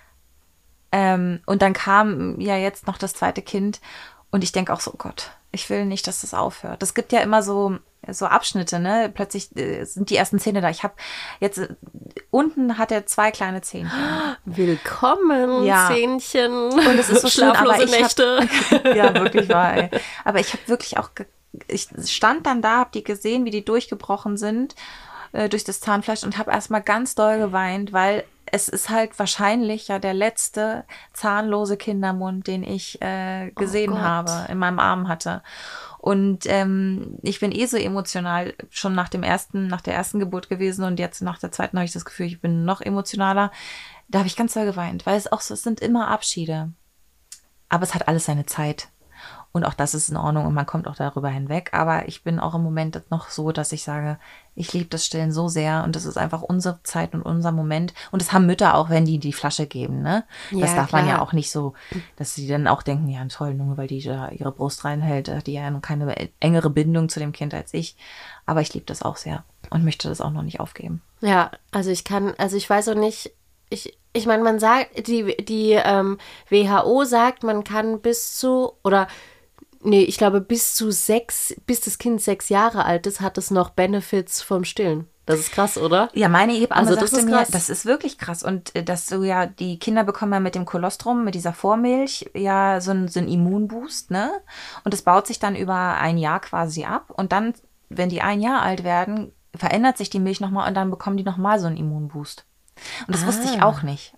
Ähm, und dann kam ja jetzt noch das zweite Kind und ich denke auch so, oh Gott, ich will nicht, dass das aufhört. Es gibt ja immer so, so Abschnitte, ne? Plötzlich äh, sind die ersten Zähne da. Ich habe jetzt, äh, unten hat er zwei kleine Zähnchen. Willkommen, ja. Zähnchen. Und es ist so schön, schlaflose aber ich Nächte. Hab, ja, wirklich wahr, ey. Aber ich habe wirklich auch, ge- ich stand dann da, habe die gesehen, wie die durchgebrochen sind äh, durch das Zahnfleisch und habe erstmal ganz doll geweint, weil es ist halt wahrscheinlich ja der letzte zahnlose Kindermund, den ich äh, gesehen oh habe, in meinem Arm hatte. Und ähm, ich bin eh so emotional schon nach dem ersten, nach der ersten Geburt gewesen und jetzt nach der zweiten habe ich das Gefühl, ich bin noch emotionaler. Da habe ich ganz doll geweint, weil es auch so, es sind immer Abschiede. Aber es hat alles seine Zeit. Und auch das ist in Ordnung und man kommt auch darüber hinweg. Aber ich bin auch im Moment noch so, dass ich sage, ich liebe das Stillen so sehr und das ist einfach unsere Zeit und unser Moment. Und das haben Mütter auch, wenn die die Flasche geben, ne? Ja, das darf klar. man ja auch nicht so, dass sie dann auch denken, ja toll, nur weil die da ihre Brust reinhält, hat die ja nun keine engere Bindung zu dem Kind als ich. Aber ich liebe das auch sehr und möchte das auch noch nicht aufgeben. Ja, also ich kann, also ich weiß auch nicht, ich, ich meine, man sagt, die, die ähm, W H O sagt, man kann bis zu, oder nee, ich glaube, bis zu sechs, bis das Kind sechs Jahre alt ist, hat es noch Benefits vom Stillen. Das ist krass, oder? Ja, meine Hebamme Also das sagte ist mir, krass. das ist wirklich krass. Und äh, dass du ja, die Kinder bekommen ja mit dem Kolostrum, mit dieser Vormilch, ja so ein, so ein Immunboost, ne? Und das baut sich dann über ein Jahr quasi ab. Und dann, wenn die ein Jahr alt werden, verändert sich die Milch nochmal und dann bekommen die nochmal so einen Immunboost. Und das Ah. wusste ich auch nicht.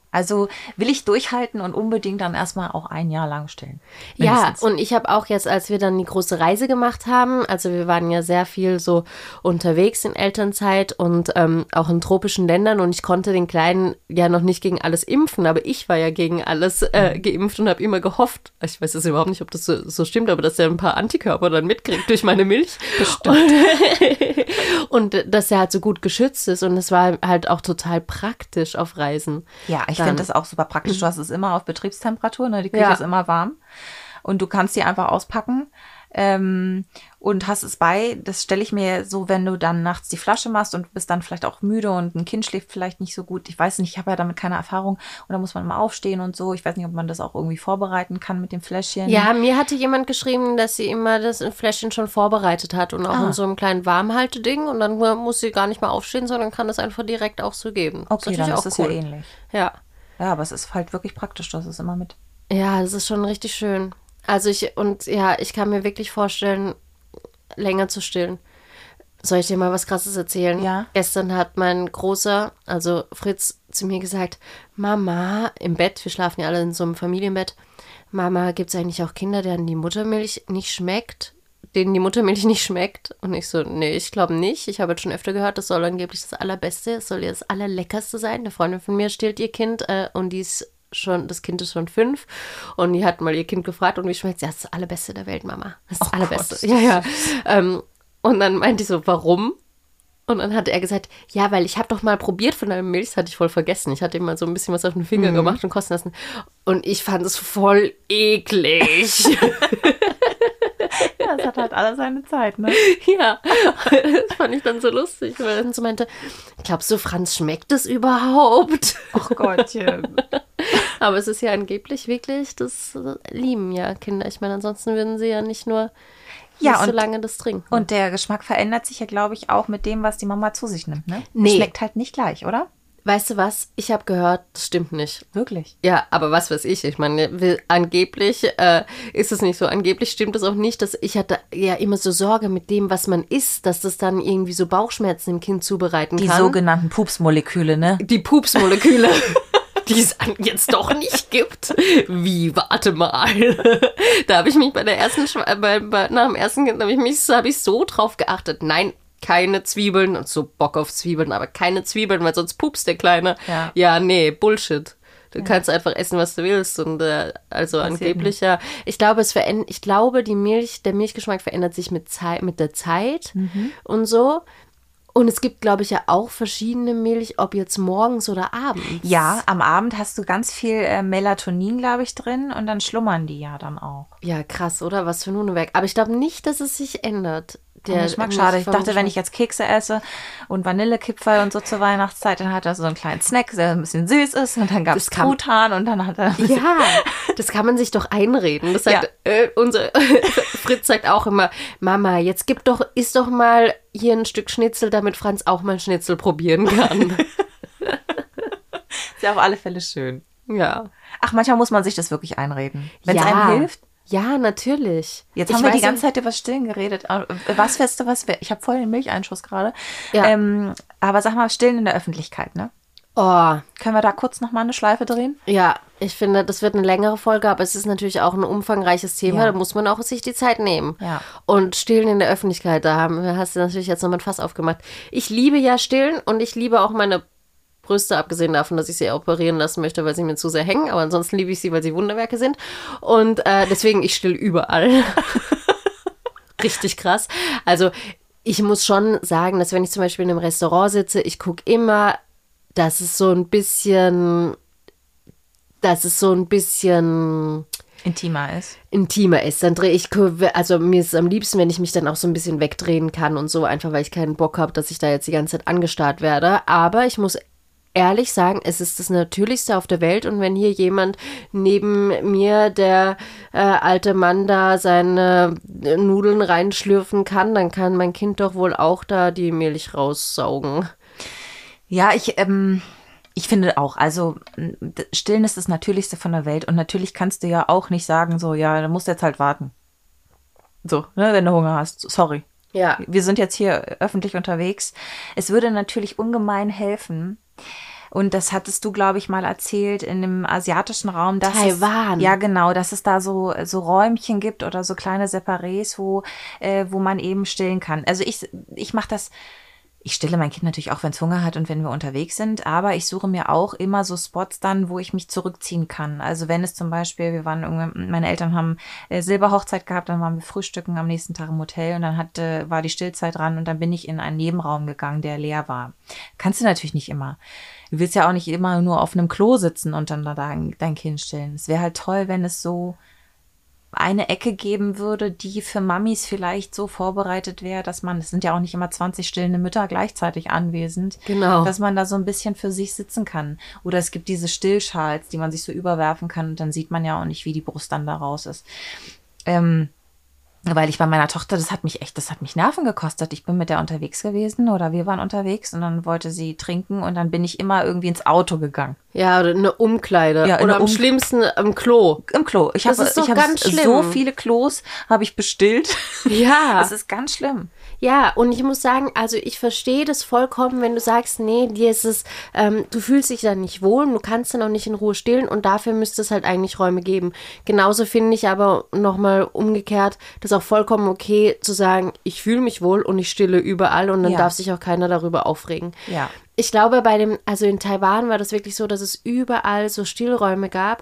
Also will ich durchhalten und unbedingt dann erstmal auch ein Jahr lang stillen. Ja, Mindestens. und ich habe auch jetzt, als wir dann die große Reise gemacht haben, also wir waren ja sehr viel so unterwegs in Elternzeit und ähm, auch in tropischen Ländern und ich konnte den Kleinen ja noch nicht gegen alles impfen, aber ich war ja gegen alles äh, geimpft und habe immer gehofft, ich weiß jetzt überhaupt nicht, ob das so, so stimmt, aber dass er ein paar Antikörper dann mitkriegt durch meine Milch. Und, und dass er halt so gut geschützt ist und es war halt auch total praktisch auf Reisen. Ja, ich Dann- finde das auch super praktisch. Du hast es immer auf Betriebstemperatur, ne? Die Küche Ja. ist immer warm und du kannst die einfach auspacken ähm, und hast es bei. Das stelle ich mir so, wenn du dann nachts die Flasche machst und bist dann vielleicht auch müde und ein Kind schläft vielleicht nicht so gut. Ich weiß nicht, ich habe ja damit keine Erfahrung und da muss man immer aufstehen und so. Ich weiß nicht, ob man das auch irgendwie vorbereiten kann mit dem Fläschchen. Ja, mir hatte jemand geschrieben, dass sie immer das Fläschchen schon vorbereitet hat und auch Ah. in so einem kleinen Warmhalteding und dann muss sie gar nicht mal aufstehen, sondern kann das einfach direkt auch so geben. Okay, ist dann natürlich ist es auch ja cool. ähnlich. Ja. Ja, aber es ist halt wirklich praktisch, das ist immer mit. Ja, das ist schon richtig schön. Also ich, und ja, ich kann mir wirklich vorstellen, länger zu stillen. Soll ich dir mal was Krasses erzählen? Ja. Gestern hat mein Großer, also Fritz, zu mir gesagt, Mama, im Bett, wir schlafen ja alle in so einem Familienbett, Mama, gibt es eigentlich auch Kinder, denen die Muttermilch nicht schmeckt? Denen die Muttermilch nicht schmeckt? Und ich so, nee, ich glaube nicht. Ich habe jetzt schon öfter gehört, das soll angeblich das Allerbeste, es soll ja das Allerleckerste sein. Eine Freundin von mir stillt ihr Kind äh, und die ist schon, das Kind ist schon fünf und die hat mal ihr Kind gefragt und wie schmeckt es? Ja, das ist das Allerbeste der Welt, Mama. Das ist das Oh Allerbeste. Gott. Ja, ja. Ähm, und dann meinte ich so, warum? Und dann hat er gesagt, ja, weil ich habe doch mal probiert von deiner Milch, das hatte ich voll vergessen. Ich hatte ihm mal so ein bisschen was auf den Finger gemacht und kosten lassen. Und ich fand es voll eklig. Ja, es hat halt alles seine Zeit, ne? Ja, das fand ich dann so lustig, weil er dann so meinte, glaubst du, Franz, schmeckt es überhaupt? Ach Gottchen. Aber es ist ja angeblich wirklich, das äh, lieben ja Kinder. Ich meine, ansonsten würden sie ja nicht nur Ja, nicht so und- lange das trinken. Und der Geschmack verändert sich ja, glaube ich, auch mit dem, was die Mama zu sich nimmt, ne? Nee. Schmeckt halt nicht gleich, oder? Weißt du was? Ich habe gehört, das stimmt nicht. Wirklich? Ja, aber was weiß ich? Ich meine, will- angeblich äh, ist es nicht so. Angeblich stimmt es auch nicht, dass ich hatte ja immer so Sorge mit dem, was man isst, dass das dann irgendwie so Bauchschmerzen im Kind zubereiten Die kann. sogenannten Pupsmoleküle, ne? Die Pupsmoleküle, die es an- jetzt doch nicht gibt. Wie, warte mal. Da habe ich mich bei der ersten, Schwa- bei, bei, nach dem ersten Kind, habe ich mich hab ich so drauf geachtet. Nein, keine Zwiebeln. Und so Bock auf Zwiebeln, aber keine Zwiebeln, weil sonst pupst der Kleine. Ja. Ja, nee, Bullshit. Du kannst einfach essen, was du willst. Und äh, also Passiert angeblich ja. Ich glaube, es verändert, ich glaube, die Milch, der Milchgeschmack verändert sich mit Zeit, mit der Zeit und so. Und es gibt, glaube ich, ja auch verschiedene Milch, ob jetzt morgens oder abends. Ja, am Abend hast du ganz viel äh, Melatonin, glaube ich, drin und dann schlummern die ja dann auch. Ja, krass, oder? Was für ein Hundewerk. Aber ich glaube nicht, dass es sich ändert. Der Geschmack, schade. Ich vom dachte, wenn Geschmack. ich jetzt Kekse esse und Vanillekipferl und so zur Weihnachtszeit, dann hat er so einen kleinen Snack, der ein bisschen süß ist und dann gab es Das kann- Truthahn und dann hat er... Ja, das kann man sich doch einreden. Das sagt, äh, unser Fritz sagt auch immer, Mama, jetzt gib doch, iss doch mal hier ein Stück Schnitzel, damit Franz auch mal Schnitzel probieren kann. Ist ja auf alle Fälle schön. Ja. Ach, manchmal muss man sich das wirklich einreden. Wenn es Ja. einem hilft. Ja, natürlich. Jetzt Ich haben wir die weiß ganze Zeit über Stillen geredet. Äh, Was weißt du, was wir... Ich habe voll den Milcheinschuss gerade. Ja. Ähm, aber sag mal, Stillen in der Öffentlichkeit, ne? Oh, Können wir da kurz noch mal eine Schleife drehen? ja, ich finde, das wird eine längere Folge, aber es ist natürlich auch ein umfangreiches Thema. Ja. Da muss man auch sich die Zeit nehmen. Ja. Und Stillen in der Öffentlichkeit, da haben, hast du natürlich jetzt nochmal ein Fass aufgemacht. Ich liebe ja Stillen und ich liebe auch meine Brüste, abgesehen davon, dass ich sie operieren lassen möchte, weil sie mir zu sehr hängen. Aber ansonsten liebe ich sie, weil sie Wunderwerke sind. Und äh, deswegen, ich still überall. Richtig krass. Also ich muss schon sagen, dass wenn ich zum Beispiel in einem Restaurant sitze, ich gucke immer, dass es so ein bisschen, dass es so ein bisschen Intimer ist. intimer ist. Dann drehe ich, also mir ist es am liebsten, wenn ich mich dann auch so ein bisschen wegdrehen kann und so, einfach weil ich keinen Bock habe, dass ich da jetzt die ganze Zeit angestarrt werde. Aber ich muss ehrlich sagen, es ist das Natürlichste auf der Welt und wenn hier jemand neben mir, der äh, alte Mann da seine äh, Nudeln reinschlürfen kann, dann kann mein Kind doch wohl auch da die Milch raussaugen. Ja, ich, ähm, ich finde auch, also m, d- Stillen ist das Natürlichste von der Welt und natürlich kannst du ja auch nicht sagen, so, ja, du musst jetzt halt warten. So, ne, wenn du Hunger hast. Sorry. Ja. Wir sind jetzt hier öffentlich unterwegs. Es würde natürlich ungemein helfen, Und das hattest du, glaube ich, mal erzählt in dem asiatischen Raum. Dass Taiwan. Es, ja, genau, dass es da so, so Räumchen gibt oder so kleine Separés, wo, äh, wo man eben stillen kann. Also ich, ich mache das, ich stille mein Kind natürlich auch, wenn es Hunger hat und wenn wir unterwegs sind, aber ich suche mir auch immer so Spots dann, wo ich mich zurückziehen kann. Also wenn es zum Beispiel, wir waren irgendwie, meine Eltern haben äh, Silberhochzeit gehabt, dann waren wir frühstücken am nächsten Tag im Hotel und dann hat, äh, war die Stillzeit dran und dann bin ich in einen Nebenraum gegangen, der leer war. Kannst du natürlich nicht immer. Du willst ja auch nicht immer nur auf einem Klo sitzen und dann da dein, dein Kind stillen. Es wäre halt toll, wenn es so eine Ecke geben würde, die für Mamis vielleicht so vorbereitet wäre, dass man, es sind ja auch nicht immer zwanzig stillende Mütter gleichzeitig anwesend, Genau. dass man da so ein bisschen für sich sitzen kann. Oder es gibt diese Stillschals, die man sich so überwerfen kann und dann sieht man ja auch nicht, wie die Brust dann da raus ist. Ähm, weil ich bei meiner Tochter, das hat mich echt, das hat mich Nerven gekostet. Ich bin mit der unterwegs gewesen oder wir waren unterwegs und dann wollte sie trinken und dann bin ich immer irgendwie ins Auto gegangen. Ja, oder eine Umkleide. Ja, oder eine am Um- schlimmsten am Klo. Im Klo. Ich Das habe, ist doch ich habe ganz schlimm. so viele Klos habe ich bestillt. Ja. Das ist ganz schlimm. Ja, und ich muss sagen, also ich verstehe das vollkommen, wenn du sagst, nee, dir ist es, ähm, du fühlst dich dann nicht wohl, du kannst dann auch nicht in Ruhe stillen und dafür müsste es halt eigentlich Räume geben. Genauso finde ich aber nochmal umgekehrt, das auch vollkommen okay zu sagen, ich fühle mich wohl und ich stille überall und dann Ja. darf sich auch keiner darüber aufregen. Ja. Ich glaube, bei dem, also in Taiwan war das wirklich so, dass es überall so Stillräume gab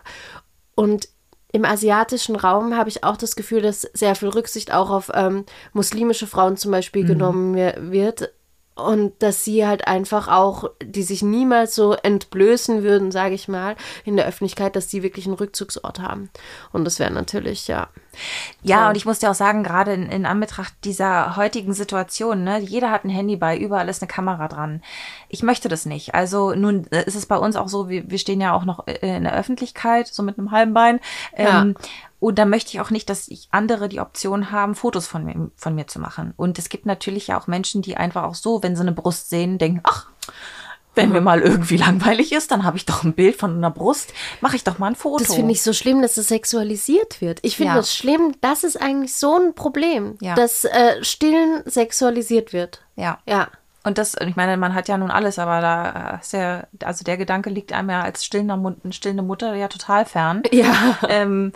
und im asiatischen Raum habe ich auch das Gefühl, dass sehr viel Rücksicht auch auf ähm, muslimische Frauen zum Beispiel mhm. genommen wird und dass sie halt einfach auch, die sich niemals so entblößen würden, sage ich mal, in der Öffentlichkeit, dass sie wirklich einen Rückzugsort haben. Und das wäre natürlich, ja. Ja, toll. und ich muss dir auch sagen, gerade in, in Anbetracht dieser heutigen Situation, ne, jeder hat ein Handy bei, überall ist eine Kamera dran. Ich möchte das nicht. Also nun ist es bei uns auch so, wir, wir stehen ja auch noch in der Öffentlichkeit, so mit einem halben Bein. Ja. Ähm, und da möchte ich auch nicht, dass ich andere die Option haben, Fotos von mir, von mir zu machen. Und es gibt natürlich ja auch Menschen, die einfach auch so, wenn sie eine Brust sehen, denken, ach, wenn mir mal irgendwie langweilig ist, dann habe ich doch ein Bild von einer Brust, mache ich doch mal ein Foto. Das finde ich so schlimm, dass es sexualisiert wird. Ich finde Ja. das schlimm, das ist eigentlich so ein Problem, Ja. dass äh, Stillen sexualisiert wird. Ja. Ja. Und das, ich meine, man hat ja nun alles, aber da ist ja, also der Gedanke liegt einem ja als stillender, Mut- stillende Mutter ja total fern. Ja. Ähm,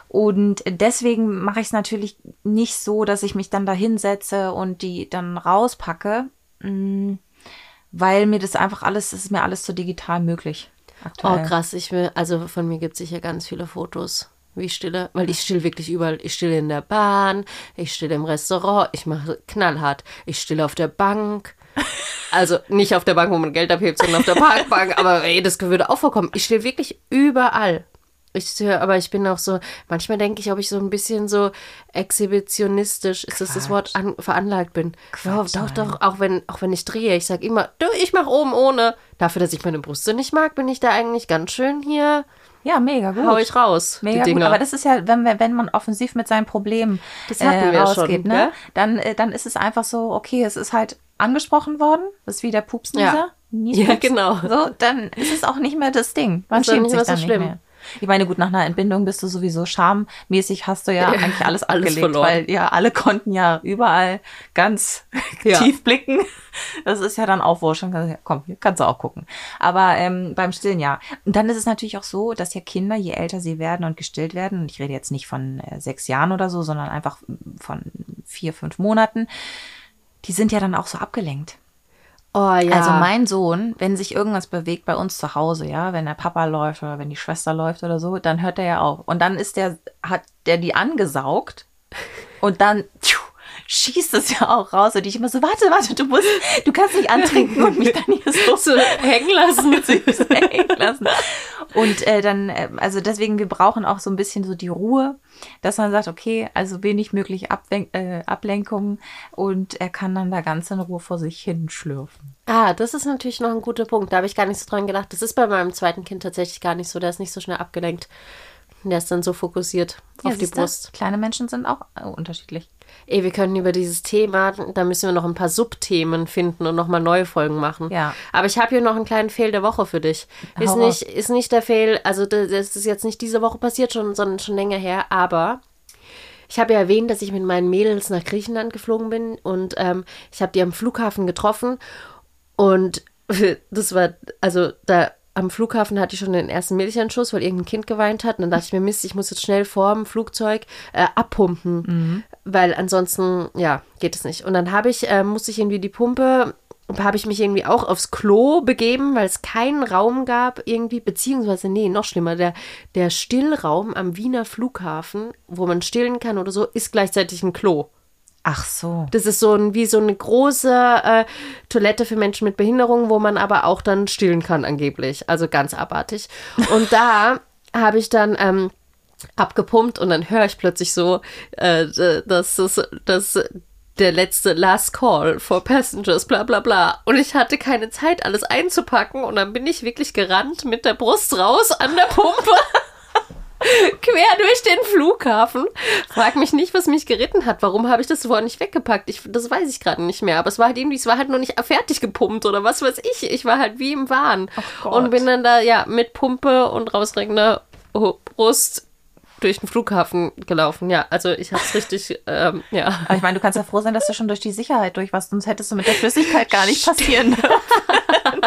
und deswegen mache ich es natürlich nicht so, dass ich mich dann da hinsetze und die dann rauspacke, mh, weil mir das einfach alles, das ist mir alles so digital möglich aktuell. Oh, krass. Ich will, also von mir gibt es sicher ganz viele Fotos, wie ich stille, weil ich still wirklich überall. Ich stille in der Bahn, ich stille im Restaurant, ich mache knallhart, ich stille auf der Bank. Also nicht auf der Bank, wo man Geld abhebt, sondern auf der Parkbank. Aber ey, das würde auch vorkommen. Ich stehe wirklich überall. Ich, aber ich bin auch so, manchmal denke ich, ob ich so ein bisschen so exhibitionistisch, ist das das Wort, an, veranlagt bin. Quatsch, ja, doch, nein. doch, auch wenn, auch wenn ich drehe. Ich sage immer, du, ich mache oben ohne. Dafür, dass ich meine Brüste nicht mag, bin ich da eigentlich ganz schön hier, Ja, mega gut. hau ich raus, Mega die gut, Dinger. aber das ist ja, wenn, wenn wenn man offensiv mit seinen Problemen Das hatten äh, wir rausgeht, schon, ne? gell? Dann, äh, dann ist es einfach so, okay, es ist halt angesprochen worden, das ist wie der Pupsnieser. Ja. Niespups. Ja, genau. So, dann ist es auch nicht mehr das Ding. Man Ist dann schämt nicht sich mehr so dann nicht schlimm. mehr. Ich meine, gut, nach einer Entbindung bist du sowieso schammäßig, hast du ja, Ja, eigentlich alles alles abgelegt, verloren. weil ja alle konnten ja überall ganz Ja. tief blicken. Das ist ja dann auch wurscht. Dann kannst du- Komm, hier kannst du auch gucken. Aber ähm, beim Stillen ja. Und dann ist es natürlich auch so, dass ja Kinder, je älter sie werden und gestillt werden, und ich rede jetzt nicht von äh, sechs Jahren oder so, sondern einfach von vier, fünf Monaten, die sind ja dann auch so abgelenkt. oh ja. Also mein Sohn, wenn sich irgendwas bewegt bei uns zu Hause, ja, wenn der Papa läuft oder wenn die Schwester läuft oder so, dann hört er ja auf. Und dann ist der, hat der die angesaugt und dann tschu, schießt es ja auch raus. Und ich immer so, warte, warte, du musst, du kannst nicht antrinken und mich dann hier so, so hängen lassen, so hängen lassen. Und äh, dann, äh, also deswegen, wir brauchen auch so ein bisschen so die Ruhe, dass man sagt, okay, also wenig möglich Abwen- äh, Ablenkungen und er kann dann da ganz in Ruhe vor sich hin schlürfen. Ah, das ist natürlich noch ein guter Punkt. Da habe ich gar nicht so dran gedacht. Das ist bei meinem zweiten Kind tatsächlich gar nicht so. Der ist nicht so schnell abgelenkt. Der ist dann so fokussiert auf die siehst du? Brust. Kleine Menschen sind auch äh, unterschiedlich. Ey, wir können über dieses Thema, da müssen wir noch ein paar Subthemen finden und nochmal neue Folgen machen. Ja. Aber ich habe hier noch einen kleinen Fail der Woche für dich. Ist Hau nicht, ist nicht der Fail, also das das ist jetzt nicht diese Woche passiert, schon, sondern schon länger her, aber ich habe ja erwähnt, dass ich mit meinen Mädels nach Griechenland geflogen bin und ähm, ich habe die am Flughafen getroffen und das war, also da am Flughafen hatte ich schon den ersten Milchanschuss, weil irgendein Kind geweint hat. Und dann dachte ich mir, Mist, ich muss jetzt schnell vorm Flugzeug äh, abpumpen, mhm. weil ansonsten, ja, geht es nicht. Und dann habe ich, äh, musste ich irgendwie die Pumpe, habe ich mich irgendwie auch aufs Klo begeben, weil es keinen Raum gab irgendwie, beziehungsweise, nee, noch schlimmer, der, der Stillraum am Wiener Flughafen, wo man stillen kann oder so, ist gleichzeitig ein Klo. Ach so. Das ist so ein, wie so eine große äh, Toilette für Menschen mit Behinderung, wo man aber auch dann stillen kann angeblich. Also ganz abartig. Und da habe ich dann ähm, abgepumpt und dann höre ich plötzlich so, äh, dass, dass, dass der letzte Last Call for Passengers, bla bla bla. Und ich hatte keine Zeit, alles einzupacken und dann bin ich wirklich gerannt mit der Brust raus an der Pumpe. Quer durch den Flughafen. Frag mich nicht, was mich geritten hat. Warum habe ich das vorher nicht weggepackt? Ich, das weiß ich gerade nicht mehr. Aber es war halt irgendwie, es war halt noch nicht fertig gepumpt oder was weiß ich. Ich war halt wie im Wahn. Und bin dann da, ja, mit Pumpe und rausregender Brust durch den Flughafen gelaufen. Ja, also ich hab's richtig, ähm, ja. Aber ich meine, du kannst ja froh sein, dass du schon durch die Sicherheit durch warst, sonst hättest du mit der Flüssigkeit gar nicht passieren dürfen.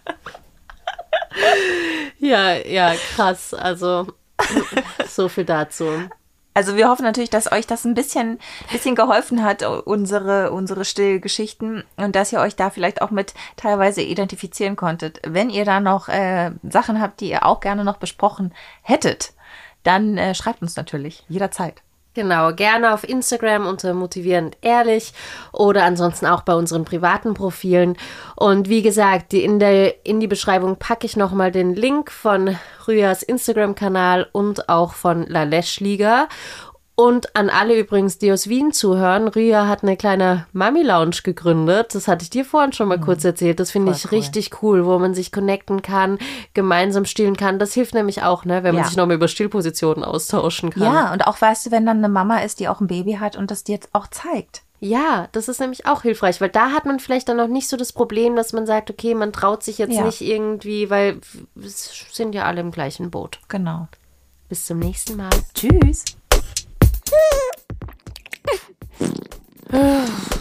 Ja, ja, krass. Also so viel dazu. Also wir hoffen natürlich, dass euch das ein bisschen, bisschen geholfen hat, unsere, unsere Stillgeschichten, und dass ihr euch da vielleicht auch mit teilweise identifizieren konntet. Wenn ihr da noch äh, Sachen habt, die ihr auch gerne noch besprochen hättet, dann äh, schreibt uns natürlich jederzeit. Genau, gerne auf Instagram unter motivierend ehrlich oder ansonsten auch bei unseren privaten Profilen. Und wie gesagt, die in, der, in die Beschreibung packe ich nochmal den Link von Rüyas Instagram-Kanal und auch von La Leschliga. Und an alle übrigens, die aus Wien zuhören, Rüya hat eine kleine Mami-Lounge gegründet. Das hatte ich dir vorhin schon mal mhm. kurz erzählt. Das finde ich cool. richtig cool, wo man sich connecten kann, gemeinsam stillen kann. Das hilft nämlich auch, ne, wenn man ja. sich nochmal über Stillpositionen austauschen kann. Ja, und auch weißt du, wenn dann eine Mama ist, die auch ein Baby hat und das dir jetzt auch zeigt. Ja, das ist nämlich auch hilfreich, weil da hat man vielleicht dann noch nicht so das Problem, dass man sagt, okay, man traut sich jetzt ja. nicht irgendwie, weil wir sind ja alle im gleichen Boot. Genau. Bis zum nächsten Mal. Tschüss. Ah.